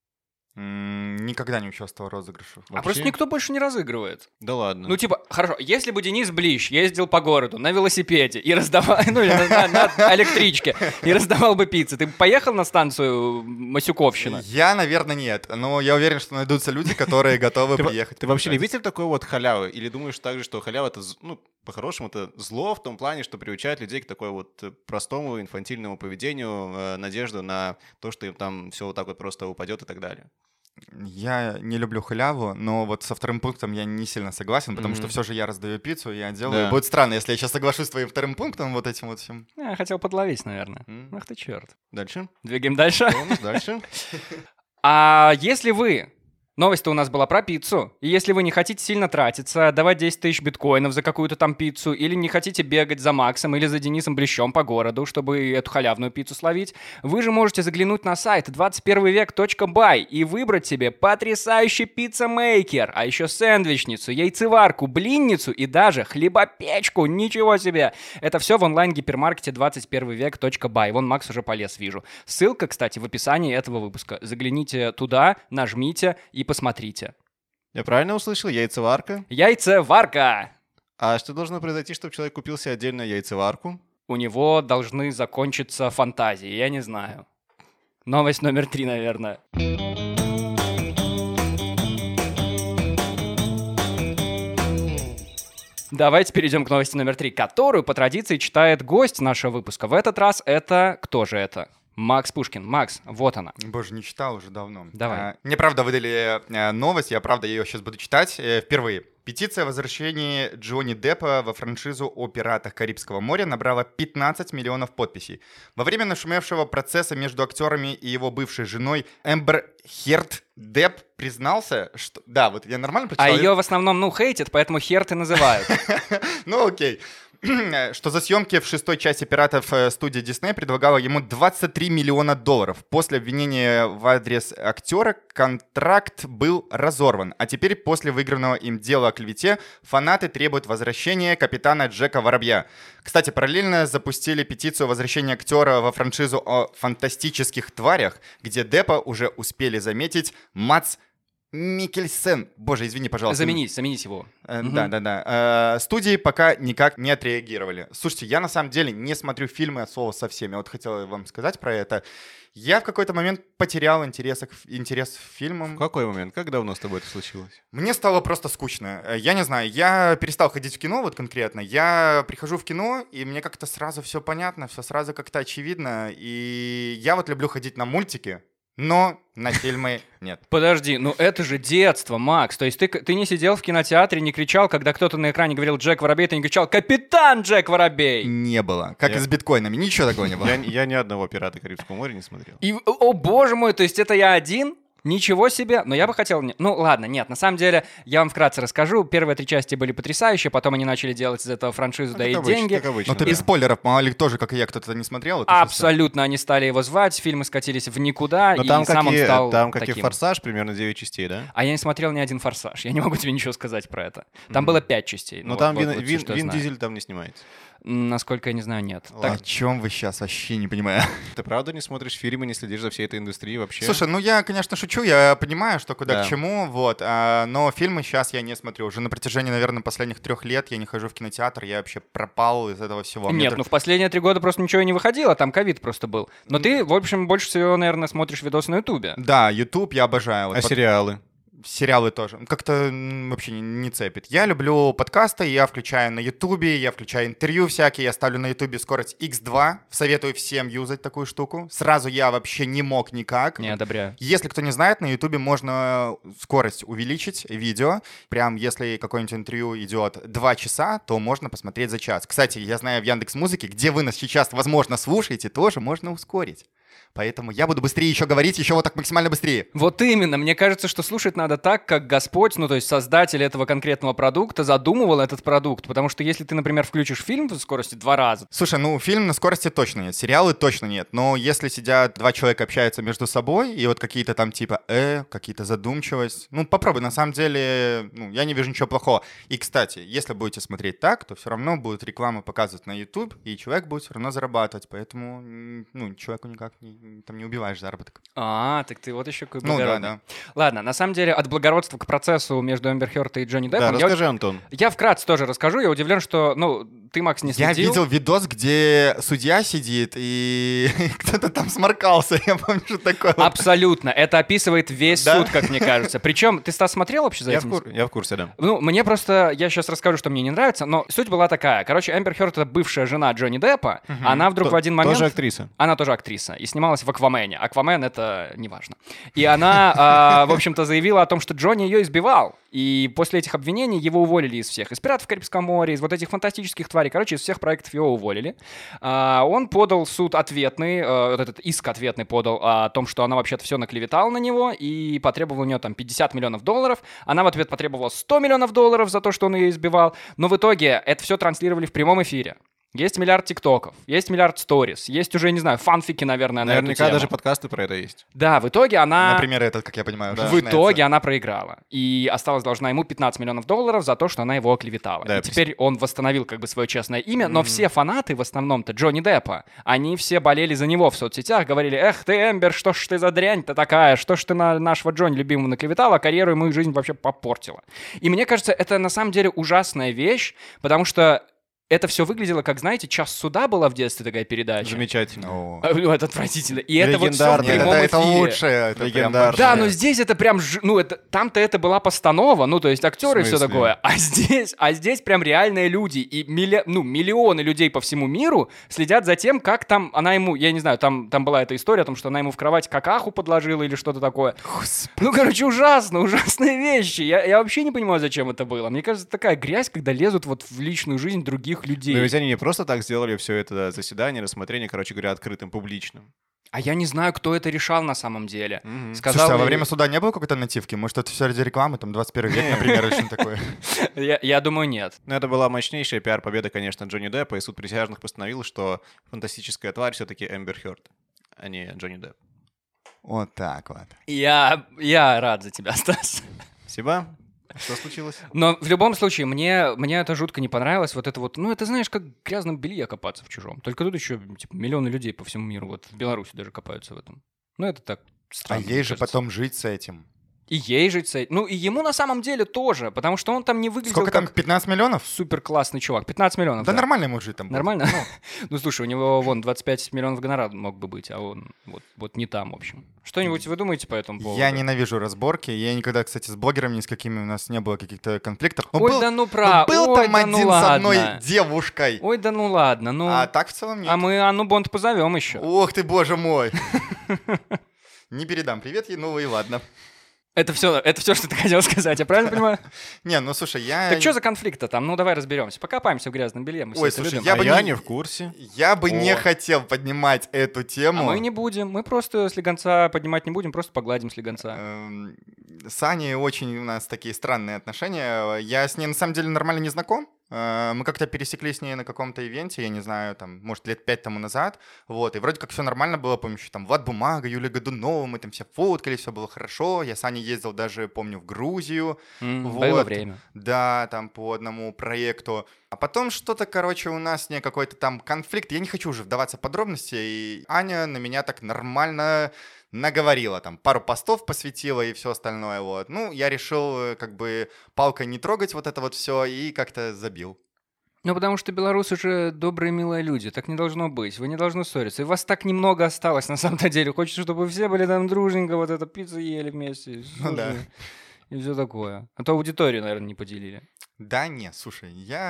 Никогда не участвовал в розыгрышах. А просто никто больше не разыгрывает. Да ладно. Ну, типа, хорошо, если бы Денис Блищ ездил по городу на велосипеде и раздавал, ну, или на электричке, и раздавал бы пиццы, ты бы поехал на станцию Масюковщина? Я, наверное, нет. Но я уверен, что найдутся люди, которые готовы приехать. Ты вообще любитель такой вот халявы? Или думаешь также, что халява — это, ну, по-хорошему, это зло в том плане, что приучает людей к такой вот простому инфантильному поведению, надежду на то, что им там все вот так вот просто упадет и так далее? Я не люблю халяву, но вот со вторым пунктом я не сильно согласен, потому что все же я раздаю пиццу, я делаю. Да. Будет странно, если я сейчас соглашусь с твоим вторым пунктом, вот этим вот всем. Я хотел подловить, наверное. Ах ты черт. Дальше? Двигаем дальше? Дальше. А если вы Новость-то у нас была про пиццу. И если вы не хотите сильно тратиться, давать 10 тысяч биткоинов за какую-то там пиццу, или не хотите бегать за Максом или за Денисом Брещом по городу, чтобы эту халявную пиццу словить, вы же можете заглянуть на сайт 21век.by и выбрать себе потрясающий пицца-мейкер, а еще сэндвичницу, яйцеварку, блинницу и даже хлебопечку. Ничего себе! Это все в онлайн-гипермаркете 21век.by. Вон Макс уже полез, вижу. Ссылка, кстати, в описании этого выпуска. Загляните туда, нажмите и посмотрите. Я правильно услышал? Яйцеварка? Яйцеварка! А что должно произойти, чтобы человек купил себе отдельно яйцеварку? У него должны закончиться фантазии, я не знаю. Новость номер 3, наверное. Давайте перейдем к новости номер 3, которую по традиции читает гость нашего выпуска. В этот раз это... Кто же это? Макс Пушкин. Макс, вот она. Боже, не читал уже давно. Давай. Мне, правда, выдали новость, я, правда, ее сейчас буду читать впервые. Петиция о возвращении Джонни Деппа во франшизу о «Пиратах Карибского моря» набрала 15 миллионов подписей. Во время нашумевшего процесса между актерами и его бывшей женой Эмбер Херд Депп признался, что... Да, вот я нормально прочитал? А ее в основном, хейтят, поэтому Херд и называют. Ну, окей. Что за съемки в 6-й части «Пиратов» студия Дисней предлагала ему $23 миллиона. После обвинения в адрес актера контракт был разорван. А теперь, после выигранного им дела о клевете, фанаты требуют возвращения капитана Джека Воробья. Кстати, параллельно запустили петицию о возвращении актера во франшизу о фантастических тварях, где Деппа уже успели заметить Мадс Миккельсен. Боже, извини, пожалуйста. Заменить его. Да. Студии пока никак не отреагировали. Слушайте, я на самом деле не смотрю фильмы от слова совсем. Я вот хотел вам сказать про это. Я в какой-то момент потерял интерес к фильмам. В какой момент? Как давно с тобой это случилось? Мне стало просто скучно. Я не знаю, я перестал ходить в кино вот конкретно. Я прихожу в кино, и мне как-то сразу все понятно, все сразу как-то очевидно. И я вот люблю ходить на мультики, но на фильмы нет. Подожди, это же детство, Макс. То есть ты не сидел в кинотеатре, не кричал, когда кто-то на экране говорил «Джек Воробей», ты не кричал «Капитан Джек Воробей». Не было. Как и с биткоинами. Ничего такого не было. Я ни одного «Пирата Карибского моря» не смотрел. О, боже мой, то есть это я один? Ничего себе! Но я бы хотел... ладно, нет, на самом деле, я вам вкратце расскажу. Первые 3 части были потрясающие, потом они начали делать из этого франшизу, да и деньги. Но ты без спойлеров, мало ли тоже, как и я, кто-то не смотрел. Абсолютно, они стали его звать, фильмы скатились в никуда, но и там сам он стал там таким. как и «Форсаж», примерно 9 частей, да? А я не смотрел ни один «Форсаж», я не могу тебе ничего сказать про это. Там было 5 частей. Но там Вин Дизель там не снимается. Насколько я не знаю, нет. О чем вы сейчас? Вообще не понимаю. Ты правда не смотришь фильмы, не следишь за всей этой индустрией вообще? Слушай, я, конечно, шучу, я понимаю, что куда к чему, но фильмы сейчас я не смотрю. Уже на протяжении, наверное, последних 3 лет я не хожу в кинотеатр, я вообще пропал из этого всего. Нет, в последние 3 года просто ничего и не выходило, там ковид просто был. Но ты, в общем, больше всего, наверное, смотришь видосы на Ютубе. Да, Ютуб я обожаю. Сериалы? Сериалы тоже. Как-то вообще не цепит. Я люблю подкасты, я включаю на Ютубе, я включаю интервью всякие, я ставлю на Ютубе скорость X2. Советую всем юзать такую штуку. Сразу я вообще не мог никак. Не одобряю. Если кто не знает, на Ютубе можно скорость увеличить видео. Прям если какое-нибудь интервью идет 2 часа, то можно посмотреть за час. Кстати, я знаю в Яндекс.Музыке, где вы нас сейчас, возможно, слушаете, тоже можно ускорить. Поэтому я буду быстрее еще говорить, еще вот так максимально быстрее. Вот именно. Мне кажется, что слушать надо так, как Господь, то есть создатель этого конкретного продукта, задумывал этот продукт. Потому что если ты, например, включишь фильм в скорости 2 раза... Слушай, фильм на скорости точно нет, сериалы точно нет. Но если сидят 2 человека, общаются между собой, и вот какие-то там типа какие-то задумчивость... попробуй, на самом деле, я не вижу ничего плохого. И, кстати, если будете смотреть так, то все равно будет реклама показывать на YouTube, и человек будет все равно зарабатывать. Поэтому, человеку никак не убиваешь заработок. Так ты вот еще какой благородный. Да. Ладно, на самом деле, от благородства к процессу между Эмбер Хёрд и Джонни Деппом... Да, расскажи, Антон. Я вкратце тоже расскажу. Я удивлен, что, ты, Макс, не следил. Я видел видос, где судья сидит, и кто-то там сморкался. Я помню, что такое. Абсолютно. Это описывает весь суд, как мне кажется. Причем, ты, Стас, смотрел вообще за этим? Я в курсе, да. Мне просто... Я сейчас расскажу, что мне не нравится, но суть была такая. Короче, Эмбер Хёрд — это бывшая жена Джонни Деппа. Она вдруг в один момент... Тоже актриса. Она тоже актриса. И снималась в «Аквамене». «Аквамен» — это неважно. И она, в общем-то, заявила о том, что Джонни ее избивал. И после этих обвинений его уволили из всех. Из «Пиратов Карибского моря», из вот этих фантастических тварей. Короче, из всех проектов его уволили. Он подал в суд ответный, вот этот иск ответный подал о том, что она вообще-то все наклеветала на него и потребовала у нее там $50 миллионов. Она в ответ потребовала $100 миллионов за то, что он ее избивал. Но в итоге это все транслировали в прямом эфире. Есть миллиард тиктоков, есть миллиард сторис, есть уже, не знаю, фанфики, наверное, на эту тему. Наверняка даже подкасты про это есть. Да, в итоге она... Например, этот, как я понимаю, В итоге она проиграла. И осталась должна ему $15 миллионов за то, что она его оклеветала. Да, и теперь он восстановил как бы свое честное имя, но все фанаты, в основном-то Джонни Деппа, они все болели за него в соцсетях, говорили: эх ты, Эмбер, что ж ты за дрянь-то такая, что ж ты на нашего Джонни любимого наклеветала, а карьеру ему и жизнь вообще попортила. И мне кажется, это на самом деле ужасная вещь, потому что это все выглядело, как, знаете, «Час суда» была в детстве такая передача. Замечательно. Это отвратительно. И это вот все в Легендарно. прямом эфире. Это лучше. Это Легендарно. Да, но здесь это прям, там-то это была постанова, то есть актеры и все смысле? такое. А здесь прям реальные люди. И миллионы людей по всему миру следят за тем, как там она ему, я не знаю, там была эта история о том, что она ему в кровать какаху подложила или что-то такое. Короче, ужасные вещи. Я вообще не понимаю, зачем это было. Мне кажется, такая грязь, когда лезут вот в личную жизнь других людей. Но ведь они не просто так сделали все это заседание, рассмотрение, короче говоря, открытым, публичным. А я не знаю, кто это решал на самом деле. Слушай, а во время суда не было какой-то нативки? Может, это все ради рекламы, там, 21 век, например, или что-то такое? Я думаю, нет. Но это была мощнейшая пиар-победа, конечно, Джонни Деппа, и суд присяжных постановил, что фантастическая тварь все-таки Эмбер Хёрд, а не Джонни Депп. Вот так вот. Я рад за тебя, Стас. Спасибо. Что случилось? Но в любом случае, мне это жутко не понравилось. Вот это вот, это знаешь, как в грязном белье копаться в чужом. Только тут еще миллионы людей по всему миру, вот в Беларуси даже копаются в этом. Это так странно. А ей же потом жить с этим. И ей жить с этим. И ему на самом деле тоже, потому что он там не выглядел Сколько там, как 15 миллионов? супер классный чувак. 15 миллионов, Да нормально ему жить там. Нормально? Слушай, у него вон 25 миллионов гонорар мог бы быть, а он вот не там, в общем. Что-нибудь вы думаете по этому поводу? Я ненавижу разборки. Я никогда, кстати, с блогерами ни с какими у нас не было каких-то конфликтов. Ой, да ну правда. Был там один с одной девушкой. Ой, да ну ладно. А так в целом нет. А мы Анну Бонд позовем еще. Ох ты, боже мой. Не передам привет ей, и ладно. Это все, что ты хотел сказать, я правильно понимаю? Не, слушай, я... Так что за конфликт-то там? Давай разберемся. Покопаемся в грязном белье, мы все это слушай, любим. Я не в курсе. Я бы не хотел поднимать эту тему. А мы не будем. Мы просто слегонца поднимать не будем, просто погладим слегонца. С Аней очень у нас такие странные отношения. Я с ней, на самом деле, нормально не знаком. Мы как-то пересеклись с ней на каком-то ивенте, я не знаю, там, может, лет 5 тому назад, и вроде как все нормально было, помню, еще там Влад Бумага, Юлия Годунова, мы там все фоткали, все было хорошо, я с Аней ездил даже, помню, в Грузию. Было время. Да, там по одному проекту. А потом что-то, у нас с ней какой-то там конфликт, я не хочу уже вдаваться в подробности, и Аня на меня так нормально наговорила, там, пару постов посвятила и все остальное, я решил, палкой не трогать вот это вот все и как-то забил. Потому что белорусы же добрые, милые люди, так не должно быть, вы не должны ссориться, и вас так немного осталось на самом-то деле, хочется, чтобы все были там дружненько, вот это пиццу ели вместе, да. И все такое, а то аудиторию, наверное, не поделили. Да не, слушай,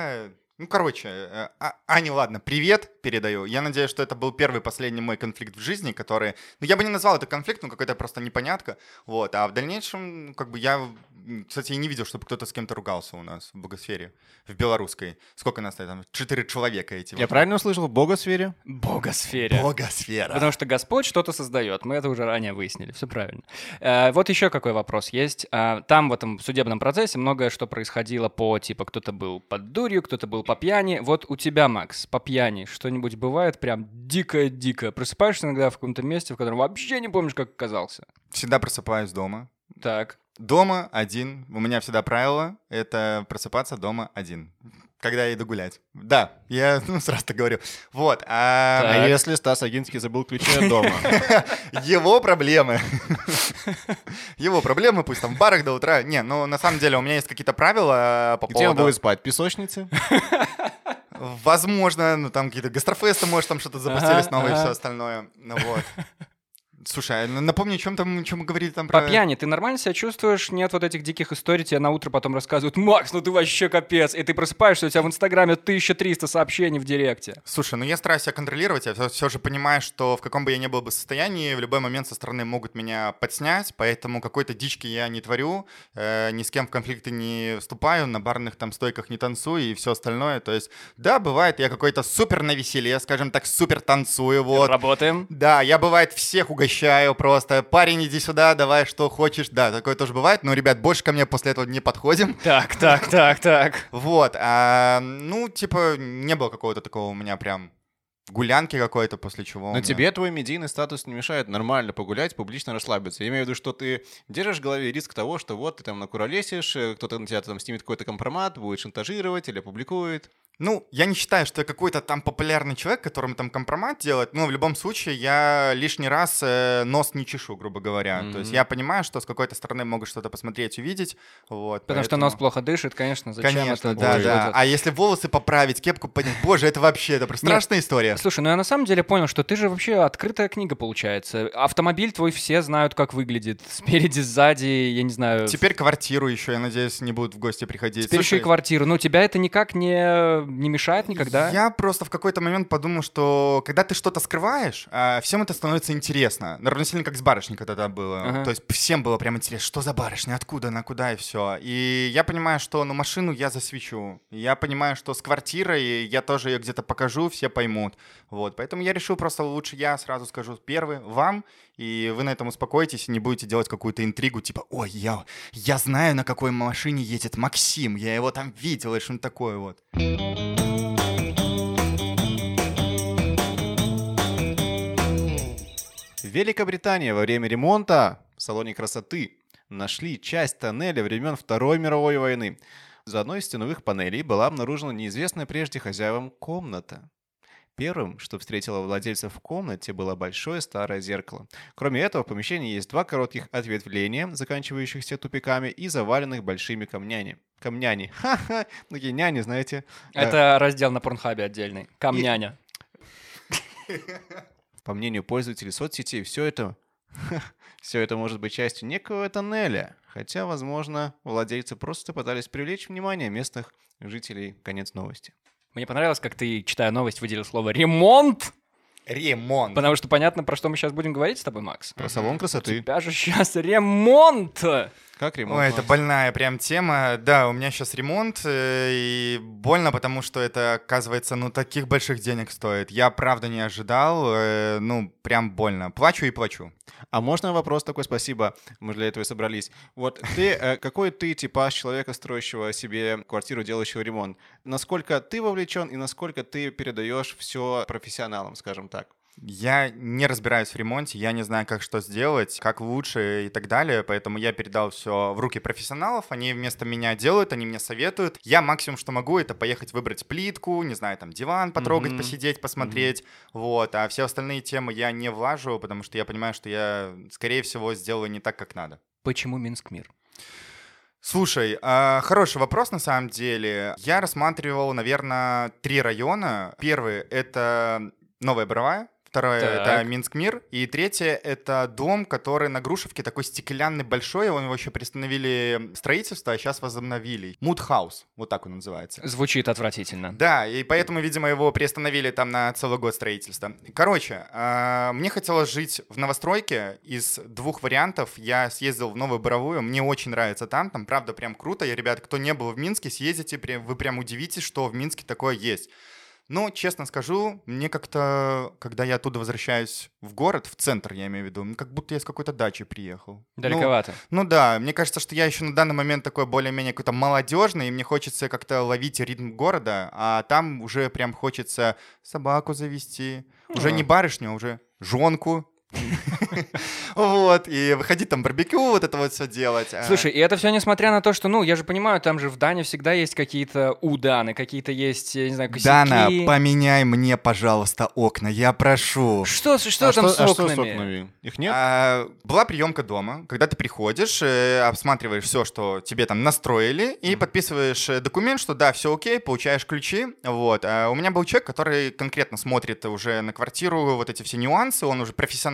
Ане, ладно, привет передаю. Я надеюсь, что это был первый и последний мой конфликт в жизни, который... я бы не назвал это конфликтом, какая-то просто непонятка. А в дальнейшем, я... Кстати, я не видел, чтобы кто-то с кем-то ругался у нас в богосфере, в белорусской. Сколько нас там? 4 человека эти. Я правильно услышал? В богосфере? Богосфере. Богосфера. Потому что Господь что-то создает. Мы это уже ранее выяснили. Все правильно. Вот еще какой вопрос есть. Там в этом судебном процессе многое что происходило кто-то был под дурью, кто-то был по пьяни. Вот у тебя, Макс, по пьяни что-нибудь бывает прям дико-дико? Просыпаешься иногда в каком-то месте, в котором вообще не помнишь, как оказался? Всегда просыпаюсь дома. Так. Дома один. У меня всегда правило — это просыпаться дома один. Когда я иду гулять. Да, я сразу так говорю. А если Стас Агинский забыл ключи от дома? Его проблемы. Его проблемы, пусть там в барах до утра. Не, на самом деле у меня есть какие-то правила по поводу... Где он будет спать? В песочнице? Возможно, там какие-то гастрофесты, может, там что-то запустились новое и все остальное. Слушай, напомни, чем мы говорили там По про... пьяни ты нормально себя чувствуешь? Нет вот этих диких историй, тебе на утро потом рассказывают: Макс, ну ты вообще капец. И ты просыпаешься, у тебя в Инстаграме 1300 сообщений в директе. Слушай, ну я стараюсь себя контролировать, я все же понимаю, что в каком бы я ни был бы состоянии, в любой момент со стороны могут меня подснять, поэтому какой-то дички я не творю, ни с кем в конфликты не вступаю, на барных там стойках не танцую и все остальное. То есть, да, бывает, я какой-то супер на веселе, скажем так, супер танцую, вот. Работаем. Да, я, бывает, всех угощаю просто. Парень, иди сюда, давай, что хочешь. Да, такое тоже бывает, но, ребят, больше ко мне после этого не подходим. Так. Вот, ну, типа, не было какого-то такого у меня прям гулянки какой-то, после чего... Но тебе твой медийный статус не мешает нормально погулять, публично расслабиться. Я имею в виду, что ты держишь в голове риск того, что вот ты там накуролесишь, кто-то на тебя там снимет какой-то компромат, будет шантажировать или опубликует. Ну, я не считаю, что я какой-то там популярный человек, которому там компромат делать, но в любом случае я лишний раз нос не чешу, грубо говоря. То есть я понимаю, что с какой-то стороны могут что-то посмотреть, увидеть. Вот, Потому что нос плохо дышит, конечно, зачем Конечно, это? да. А если волосы поправить, кепку поднять, боже, это вообще, это просто страшная история. Слушай, ну я на самом деле понял, что ты же вообще открытая книга получается. Автомобиль твой все знают, как выглядит. Спереди, сзади, я не знаю. Теперь квартиру еще, я надеюсь, не будут в гости приходить. Теперь еще и квартиру. Ну, тебя это никак не мешает никогда? Я просто в какой-то момент подумал, что когда ты что-то скрываешь, всем это становится интересно. Равносильно как с барышней когда-то было. Ага. То есть всем было прям интересно, что за барышня, откуда она, куда и все. И я понимаю, что машину я засвечу. Я понимаю, что с квартирой я тоже ее где-то покажу, все поймут. Вот. Поэтому я решил просто лучше я сразу скажу первый вам, и вы на этом успокоитесь и не будете делать какую-то интригу, типа, ой, я знаю, на какой машине едет Максим, я его там видел, и что-то такое вот. В Великобритании во время ремонта в салоне красоты нашли часть тоннеля времен Второй мировой войны. За одной из стеновых панелей была обнаружена неизвестная прежде хозяевам комната. Первым, что встретило владельцев в комнате, было большое старое зеркало. Кроме этого, в помещении есть два коротких ответвления, заканчивающихся тупиками и заваленных большими камнями. Ха-ха, такие няни, знаете. Это раздел на Порнхабе отдельный. Камняня. По мнению пользователей соцсетей, все это может быть частью некого тоннеля. Хотя, возможно, владельцы просто пытались привлечь внимание местных жителей. Конец новости. Мне понравилось, как ты, читая новость, выделил слово «ремонт». Ремонт. Потому что понятно, про что мы сейчас будем говорить с тобой, Макс. Про салон У красоты. тебя же сейчас ремонт! Как ремонт? Ой, это больная прям тема. Да, у меня сейчас ремонт, и больно, потому что это, оказывается, таких больших денег стоит. Я правда не ожидал, прям больно. Плачу и плачу. А можно вопрос такой, спасибо, мы для этого и собрались. Вот ты, какой ты типаж человека, строящего себе квартиру, делающего ремонт? Насколько ты вовлечен и насколько ты передаешь все профессионалам, скажем так? Я не разбираюсь в ремонте, я не знаю, как что сделать, как лучше и так далее, поэтому я передал все в руки профессионалов, они вместо меня делают, они мне советуют. Я максимум, что могу, это поехать выбрать плитку, не знаю, там диван потрогать, посидеть, посмотреть, вот, а все остальные темы я не влажу, потому что я понимаю, что я, скорее всего, сделаю не так, как надо. Почему Минск-Мир? Слушай, хороший вопрос на самом деле. Я рассматривал, наверное, 3 района. Первый — это Новая Боровая. Второе — это Минск-Мир. И третье — это дом, который на Грушевке такой стеклянный большой. Его еще приостановили строительство, а сейчас возобновили. Мудхаус, вот так он называется. Звучит отвратительно. Да, и поэтому, видимо, его приостановили там на целый год строительства. Короче, мне хотелось жить в новостройке. Из 2 вариантов я съездил в Новую Боровую. Мне очень нравится там правда прям круто. И, ребят, кто не был в Минске, съездите, вы прям удивитесь, что в Минске такое есть. Но, честно скажу, мне как-то, когда я оттуда возвращаюсь в город, в центр, я имею в виду, как будто я с какой-то дачи приехал. Далековато. Ну да, мне кажется, что я еще на данный момент такой более-менее какой-то молодежный, и мне хочется как-то ловить ритм города, а там уже прям хочется собаку завести. Уже не барышню, а уже жонку. Вот, и выходить там барбекю, вот это вот все делать. Слушай, и это все несмотря на то, что, я же понимаю, там же в Дане всегда есть какие-то уданы, какие-то есть, я не знаю, косяки. Дана, поменяй мне, пожалуйста, окна, я прошу. Что там с окнами? Что с окнами? Их нет? Была приемка дома, когда ты приходишь, обсматриваешь все, что тебе там настроили, и подписываешь документ, что да, все окей, получаешь ключи. Вот. У меня был человек, который конкретно смотрит уже на квартиру вот эти все нюансы, он уже профессионал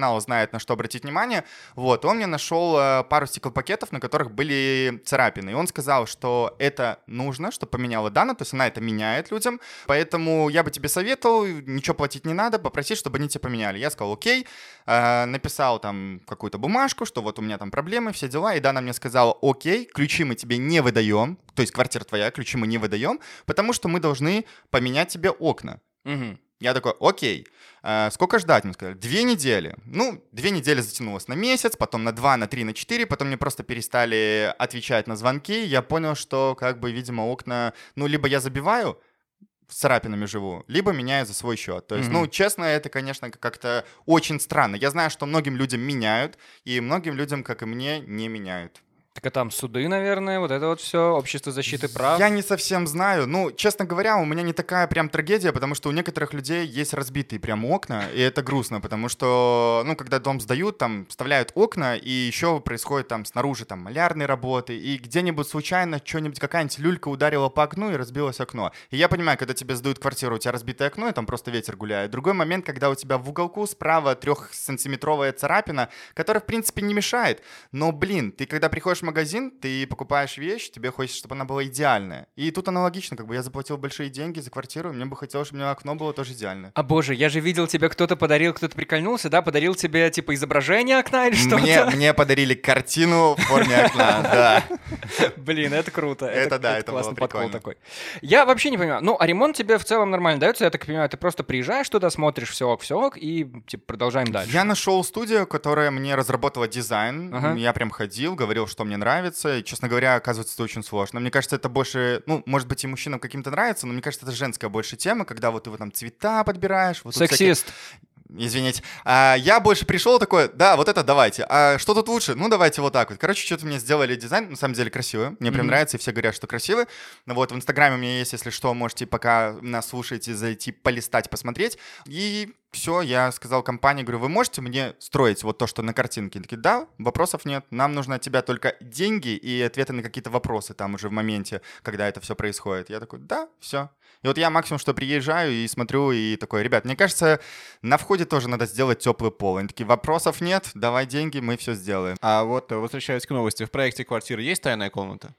мало знает, на что обратить внимание. Вот, он мне нашел пару стеклопакетов, на которых были царапины. И он сказал, что это нужно, чтобы поменяла Дана, то есть она это меняет людям. Поэтому я бы тебе советовал, ничего платить не надо, попросить, чтобы они тебе поменяли. Я сказал, окей, написал там какую-то бумажку, что вот у меня там проблемы, все дела. И Дана мне сказала, окей, ключи мы тебе не выдаем, то есть квартира твоя, ключи мы не выдаем, потому что мы должны поменять тебе окна. Мгм. Я такой, окей, сколько ждать? Мне сказали, 2 недели. 2 недели затянулось на месяц, потом на 2, на 3, на 4, потом мне просто перестали отвечать на звонки. Я понял, что, видимо, окна, либо я забиваю, с царапинами живу, либо меняю за свой счет. То есть, честно, это, конечно, как-то очень странно. Я знаю, что многим людям меняют, и многим людям, как и мне, не меняют. Так а там суды, наверное, вот это вот все, общество защиты прав. Я не совсем знаю. Честно говоря, у меня не такая прям трагедия, потому что у некоторых людей есть разбитые прям окна, и это грустно, потому что, когда дом сдают, там вставляют окна, и еще происходит там снаружи там малярные работы, и где-нибудь случайно что-нибудь, какая-нибудь люлька ударила по окну, и разбилось окно. И я понимаю, когда тебе сдают квартиру, у тебя разбитое окно, и там просто ветер гуляет. Другой момент, когда у тебя в уголку справа 3-сантиметровая царапина, которая, в принципе, не мешает. Но, ты когда приходишь в магазин, ты покупаешь вещь, тебе хочется, чтобы она была идеальная. И тут аналогично, я заплатил большие деньги за квартиру, мне бы хотелось, чтобы у меня окно было тоже идеальное. А боже, я же видел, тебе кто-то подарил, кто-то прикольнулся, да? Подарил тебе, типа, изображение окна или что-то? Мне подарили картину в форме окна, да. Блин, это круто. Это классный было подкол прикольно. такой. Я вообще не понимаю. А ремонт тебе в целом нормально дается? Я так понимаю, ты просто приезжаешь туда, смотришь, все ок, и, типа, продолжаем дальше. Я нашел студию, которая мне разработала дизайн. Ага. Я прям ходил, говорил, что мне нравится. И, честно говоря, оказывается, это очень сложно. Мне кажется, это больше, может быть, и мужчинам каким-то нравится, но мне кажется, это женская больше тема, когда вот ты там цвета подбираешь. Вот Сексист. Извините. Я больше пришел такой, да, вот это давайте. А что тут лучше? Давайте вот так вот. Короче, что-то мне сделали дизайн, на самом деле красиво. Мне прям нравится, и все говорят, что красиво. Вот в Инстаграме у меня есть, если что, можете, пока нас слушаете, зайти полистать, посмотреть. И все, я сказал компании, говорю, вы можете мне строить вот то, что на картинке? Они такие, да, вопросов нет. Нам нужно от тебя только деньги и ответы на какие-то вопросы там уже в моменте, когда это все происходит. Я такой, да, все. И вот я максимум, что приезжаю и смотрю, и такой, ребят, мне кажется, на входе тоже надо сделать теплый пол. Они такие, вопросов нет, давай деньги, мы все сделаем. А вот, возвращаясь к новости, в проекте квартиры есть тайная комната?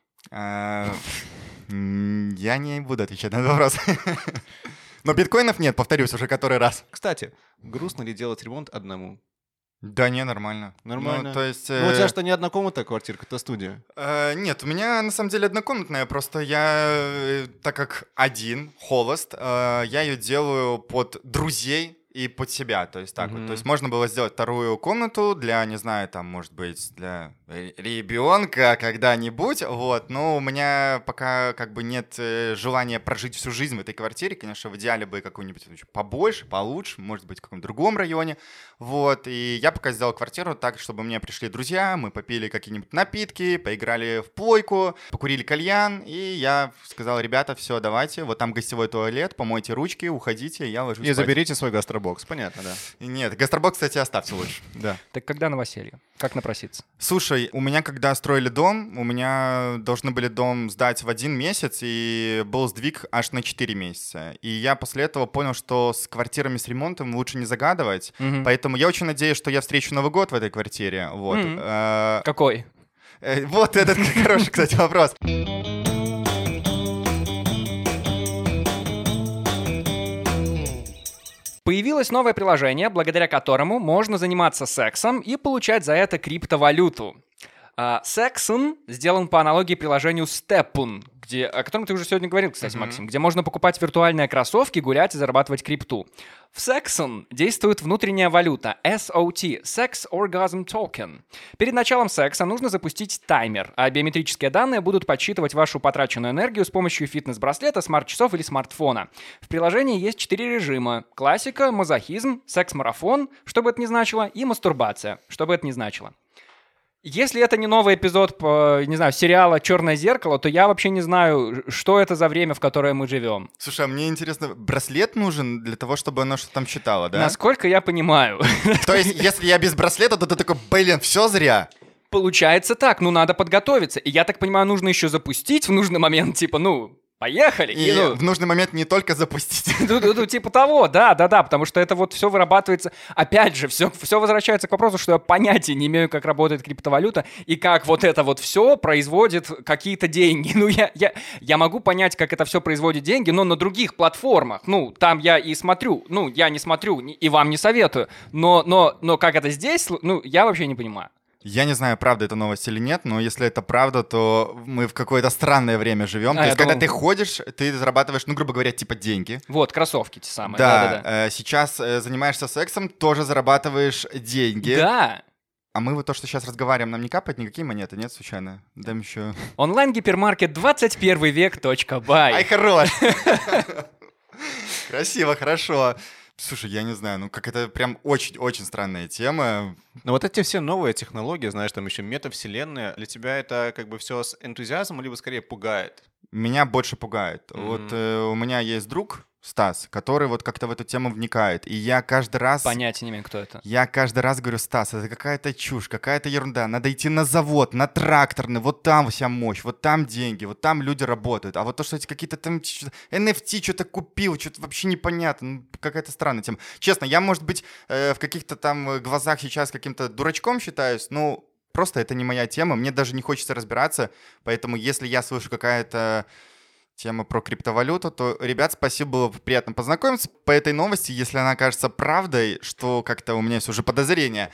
Я не буду отвечать на этот вопрос. Но биткоинов нет, повторюсь уже который раз. Кстати, грустно ли делать ремонт одному? Да не, нормально. Нормально. То есть... у тебя что, не одна комната, квартирка, это студия? Нет, у меня на самом деле однокомнатная, просто я, так как один, холост, я ее делаю под друзей и под себя, то есть так вот. То есть можно было сделать вторую комнату для, не знаю, там, может быть, для ребенка когда-нибудь, вот. Но у меня пока нет желания прожить всю жизнь в этой квартире. Конечно, в идеале бы какую-нибудь побольше, получше, может быть, в каком-то другом районе, вот. И я пока сделал квартиру так, чтобы мне пришли друзья, мы попили какие-нибудь напитки, поиграли в плойку, покурили кальян, и я сказал, ребята, все, давайте, вот там гостевой туалет, помойте ручки, уходите, я ложусь И спать. заберите свой гастробокс, понятно, да. Нет, гастробокс, кстати, оставьте лучше. Да. Так когда новоселье? Как напроситься? Слушай, у меня, когда строили дом, у меня должны были дом сдать в 1 месяц, и был сдвиг аж на 4 месяца. И я после этого понял, что с квартирами с ремонтом лучше не загадывать. Поэтому я очень надеюсь, что я встречу Новый год в этой квартире. Вот. Какой? Вот этот хороший, кстати, вопрос. Появилось новое приложение, благодаря которому можно заниматься сексом и получать за это криптовалюту. Sexon сделан по аналогии приложению Stepun, о котором ты уже сегодня говорил, кстати, Максим, где можно покупать виртуальные кроссовки, гулять и зарабатывать крипту. В Sexon действует внутренняя валюта SOT, Sex Orgasm Token. Перед началом секса нужно запустить таймер, а биометрические данные будут подсчитывать вашу потраченную энергию с помощью фитнес-браслета, смарт-часов или смартфона. В приложении есть 4 режима: классика, мазохизм, секс-марафон, что бы это ни значило, и мастурбация, что бы это ни значило. Если это не новый эпизод, не знаю, сериала «Черное зеркало», то я вообще не знаю, что это за время, в которое мы живем. Слушай, а мне интересно, браслет нужен для того, чтобы оно что-то там считало, да? Насколько я понимаю. То есть, если я без браслета, то ты такой, блин, все зря. Получается так, надо подготовиться. И я так понимаю, нужно еще запустить в нужный момент, поехали. И в нужный момент не только запустить. Ну, типа того, да, потому что это вот все вырабатывается. Опять же, все возвращается к вопросу, что я понятия не имею, как работает криптовалюта и как вот это вот все производит какие-то деньги. Ну, я могу понять, как это все производит деньги, но на других платформах. Ну, там я и смотрю. Ну, я не смотрю и вам не советую. Но как это здесь, ну, я вообще не понимаю. Я не знаю, правда это новость или нет, но если это правда, то мы в какое-то странное время живем. То есть, когда ты ходишь, ты зарабатываешь, ну, грубо говоря, типа деньги. Вот, кроссовки те самые. Да. Сейчас занимаешься сексом, тоже зарабатываешь деньги. Да. А мы вот то, что сейчас разговариваем, нам не капают никакие монеты, нет, случайно? Дам еще... Онлайн-гипермаркет 21век.бай. Ай, хорош! Красиво, хорошо. Слушай, я не знаю, ну как это прям очень-очень странная тема. Но вот эти все новые технологии, знаешь, там еще метавселенная, для тебя это как бы все с энтузиазмом, либо скорее пугает? Меня больше пугает. Вот у меня есть друг Стас, который вот как-то в эту тему вникает. И я каждый раз... Понятия не имею, кто это. Я каждый раз говорю: Стас, это какая-то чушь, какая-то ерунда. Надо идти на завод, на тракторный, вот там вся мощь, вот там деньги, вот там люди работают. А вот то, что эти какие-то там NFT что-то купил, что-то вообще непонятно. Ну, какая-то странная тема. Честно, я, может быть, в каких-то там глазах сейчас каким-то дурачком считаюсь, но просто это не моя тема. Мне даже не хочется разбираться. Поэтому если я слышу какая-то... тема про криптовалюту, то, ребят, спасибо, было приятно познакомиться. По этой новости, если она кажется правдой, что как-то у меня есть уже подозрение,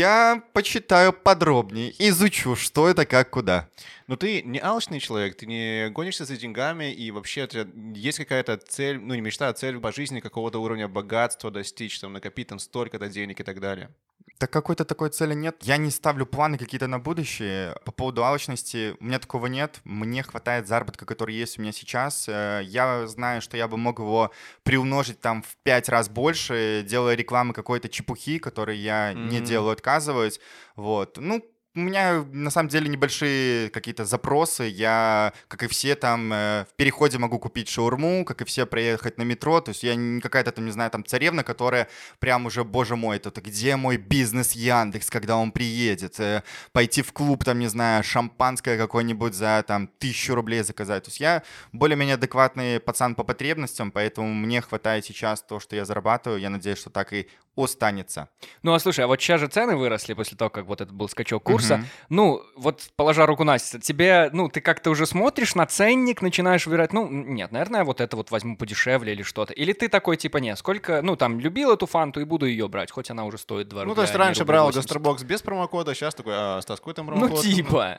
я почитаю подробнее, изучу, что это, как, куда. Но ты не алчный человек, ты не гонишься за деньгами, и вообще у тебя есть какая-то цель, ну не мечта, а цель по жизни какого-то уровня богатства достичь, там, накопить там столько-то денег и так далее. Так какой-то такой цели нет. Я не ставлю планы какие-то на будущее. По поводу алчности у меня такого нет. Мне хватает заработка, который есть у меня сейчас. Я знаю, что я бы мог его приумножить там в 5 раз больше, делая рекламы какой-то чепухи, которой я не делаю, отказываюсь. Вот. Ну, у меня, на самом деле, небольшие какие-то запросы. Я, как и все, там в переходе могу купить шаурму, как и все, проехать на метро. То есть я не какая-то, там, не знаю, там царевна, которая прям уже, боже мой, это где мой бизнес Яндекс, когда он приедет? Пойти в клуб, там, не знаю, шампанское какое-нибудь за, там, 1000 рублей заказать. То есть я более-менее адекватный пацан по потребностям, поэтому мне хватает сейчас то, что я зарабатываю. Я надеюсь, что так и останется. Ну, а слушай, а вот сейчас же цены выросли после того, как вот этот был скачок курса. Ну, вот положа руку на сердце, тебе, ну, ты как-то уже смотришь на ценник, начинаешь выбирать, ну, нет, наверное, вот это вот возьму подешевле или что-то. Или ты такой, типа, нет, сколько, ну, там, любил эту фанту и буду ее брать, хоть она уже стоит 2 рубля. Ну, то есть раньше брал гастробокс без промокода, сейчас такой, Стас, какой там промокод? Ну, типа.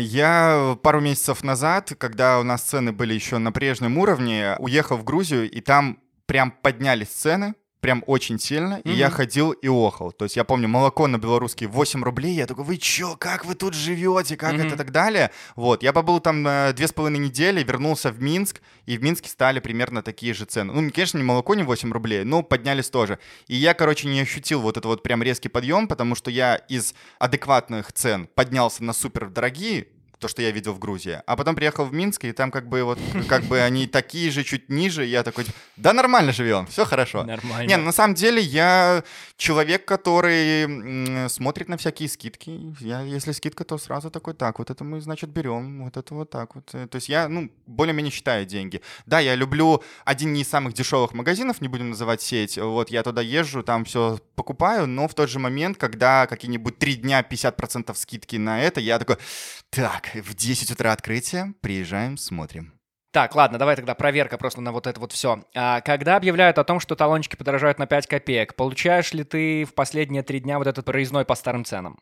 Я пару месяцев назад, когда у нас цены были еще на прежнем уровне, уехал в Грузию, и там прям поднялись цены. Прям очень сильно, и я ходил и охал. То есть я помню, молоко на белорусский 8 рублей, я такой: вы чё, как вы тут живете, как это и так далее. Вот, я побыл там 2,5 недели, вернулся в Минск, и в Минске стали примерно такие же цены. Ну, конечно, не молоко не 8 рублей, но поднялись тоже. И я, короче, не ощутил вот это вот прям резкий подъем, потому что я из адекватных цен поднялся на супер дорогие, то, что я видел в Грузии. А потом приехал в Минск, и там как бы вот, как бы они такие же, чуть ниже. И я такой: да нормально живем, все хорошо. Нормально. Не, на самом деле я человек, который смотрит на всякие скидки. Если скидка, то сразу такой: так, вот это мы, значит, берем, вот это вот так вот. То есть я, ну, более-менее считаю деньги. Да, я люблю один не из самых дешевых магазинов, не будем называть сеть. Вот я туда езжу, там все покупаю, но в тот же момент, когда какие-нибудь 3 дня 50% скидки на это, я такой: так, в 10 утра открытие, приезжаем, смотрим. Так, ладно, давай тогда проверка просто на вот это вот все. Когда объявляют о том, что талончики подорожают на 5 копеек, получаешь ли ты в последние 3 дня вот этот проездной по старым ценам?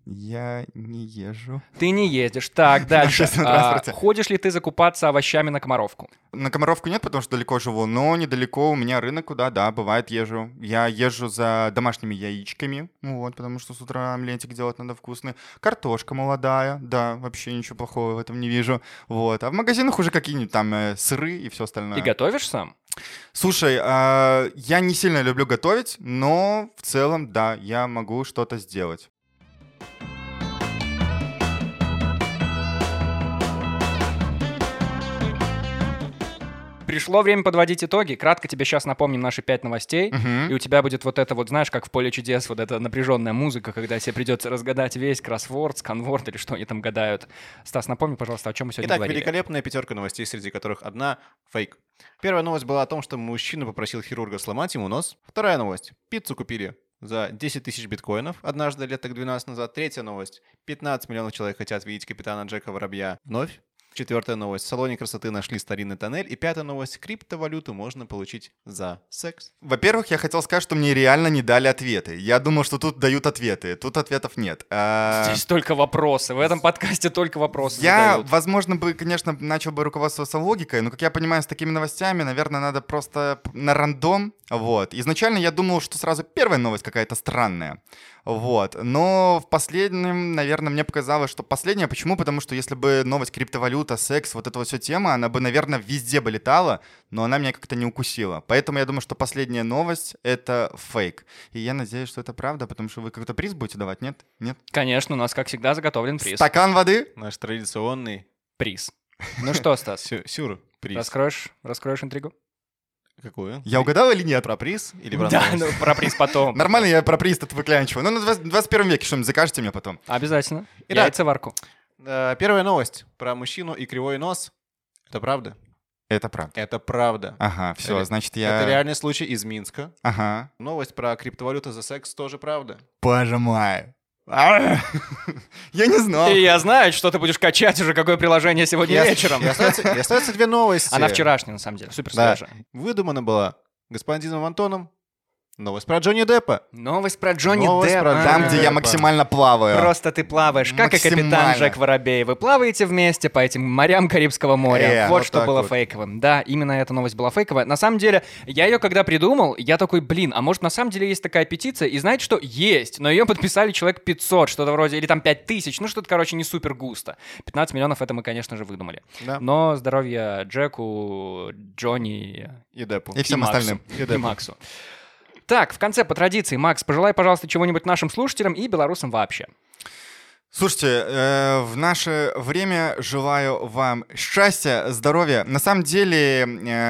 Я не езжу. Ты не ездишь. Так, дальше. транспорте. Ходишь ли ты закупаться овощами на Комаровку? На Комаровку нет, потому что далеко живу, но недалеко у меня рынок, куда, да, бывает, езжу. Я езжу за домашними яичками, вот, потому что с утра омлетик делать надо вкусный. Картошка молодая, да, вообще ничего плохого в этом не вижу. Вот. А в магазинах уже какие-нибудь там сыры и все остальное. И готовишь сам? Слушай, я не сильно люблю готовить, но в целом, да, я могу что-то сделать. Пришло время подводить итоги. Кратко тебе сейчас напомним наши 5 новостей. И у тебя будет вот это вот, знаешь, как в «Поле чудес», вот эта напряженная музыка, когда тебе придется разгадать весь кроссворд, сканворд или что они там гадают. Стас, напомни, пожалуйста, о чем мы сегодня Итак, говорили. великолепная 5 новостей, среди которых одна фейк. Первая новость была о том, что мужчина попросил хирурга сломать ему нос. Вторая новость. Пиццу купили за 10 тысяч биткоинов однажды лет так 12 назад. Третья новость. 15 миллионов человек хотят видеть капитана Джека Воробья вновь. Четвертая новость. В салоне красоты нашли старинный тоннель. И пятая новость. Криптовалюту можно получить за секс. Во-первых, я хотел сказать, что мне реально не дали ответы. Я думал, что тут дают ответы. Тут ответов нет. Здесь только вопросы. В этом подкасте только вопросы Я, задают. возможно, бы, конечно, начал бы руководствоваться логикой, но, как я понимаю, с такими новостями, наверное, надо просто на рандом. Вот. Изначально я думал, что сразу первая новость какая-то странная. Вот. Но в последнем, наверное, мне показалось, что последняя. Почему? Потому что если бы новость криптовалюта, секс, вот эта вот вся тема, она бы, наверное, везде бы летала, но она меня как-то не укусила. Поэтому я думаю, что последняя новость — это фейк. И я надеюсь, что это правда, потому что вы какой-то приз будете давать, нет? Нет? Конечно, у нас, как всегда, заготовлен приз. Стакан воды? Наш традиционный Приз. Ну что, Стас, сюрприз. раскроешь интригу? Какую? Я угадал или нет? Про приз или про Да, новость? ну про приз потом. Нормально, я про приз тут выклянчиваю. Ну, на 21 веке что-нибудь закажете мне потом. Обязательно. Итак. Яйцеварку. Первая новость про мужчину и кривой нос. Это правда? Это правда. Это правда. Ага, все, значит я... Это реальный случай из Минска. Ага. Новость про криптовалюту за секс тоже правда. Пожимаю. Я не знал. И я знаю, что ты будешь качать уже, какое приложение сегодня вечером. И остается две новости. Она вчерашняя, на самом деле, супер Да. свежая. Выдумана была господином Антоном. Новость про Джонни Деппа. Новость про Джонни Новость Деппа. про Там, А, где я максимально плаваю. Просто ты плаваешь, как и капитан Максимально. Джек Воробей. Вы плаваете вместе по этим морям Карибского моря. Вот вот что так было вот. фейковым. Да, именно эта новость была фейковая. На самом деле, я ее когда придумал, я такой, блин, а может на самом деле есть такая петиция? И знаете что? Есть, но ее подписали человек 500, что-то вроде, или там 5000, ну что-то, короче, не супер густо. 15 миллионов это мы, конечно же, выдумали. Да. Но здоровья Джеку, Джонни И Деппу. И всем Максу. остальным. И Максу. Так, в конце, по традиции, Макс, пожелай, пожалуйста, чего-нибудь нашим слушателям и белорусам вообще. Слушайте, в наше время желаю вам счастья, здоровья. На самом деле,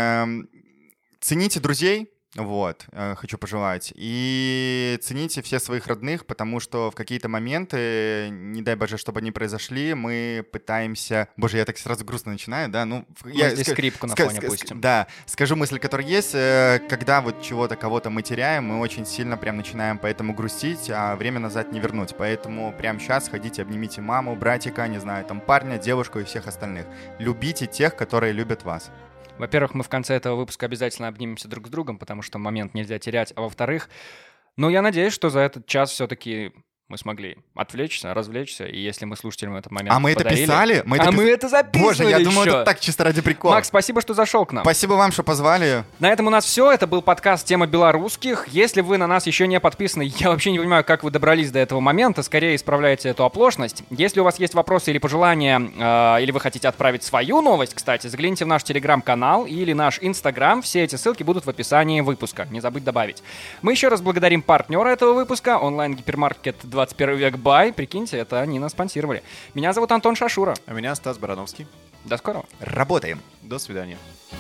цените друзей, вот, хочу пожелать, и цените всех своих родных, потому что в какие-то моменты, не дай боже, чтобы они произошли, мы пытаемся... Боже, я так сразу грустно начинаю, да? Ну, Мы здесь скрипку на фоне пустим. Да, скажу мысль, которая есть. Когда вот чего-то, кого-то мы теряем, мы очень сильно прям начинаем поэтому грустить, а время назад не вернуть. Поэтому прямо сейчас ходите, обнимите маму, братика, не знаю, там парня, девушку и всех остальных. Любите тех, которые любят вас. Во-первых, мы в конце этого выпуска обязательно обнимемся друг с другом, потому что момент нельзя терять. А во-вторых, ну, я надеюсь, что за этот час все-таки мы смогли отвлечься, развлечься, и если мы слушателям этот момент А мы это подарили... писали? Мы это записывали. Боже, я думаю, еще. это так чисто ради прикола. Макс, спасибо, что зашел к нам. Спасибо вам, что позвали. На этом у нас все. Это был подкаст «Тема белорусских». Если вы на нас еще не подписаны, я вообще не понимаю, как вы добрались до этого момента. Скорее исправляйте эту оплошность. Если у вас есть вопросы или пожелания, или вы хотите отправить свою новость, кстати, загляните в наш телеграм-канал или наш инстаграм. Все эти ссылки будут в описании выпуска. Не забудь добавить. Мы еще раз благодарим партнера этого выпуска, онлайн-гипермаркет 21 век Бай. Прикиньте, это они нас спонсировали. Меня зовут Антон Шашура. А меня Стас Барановский. До скорого. Работаем. До свидания.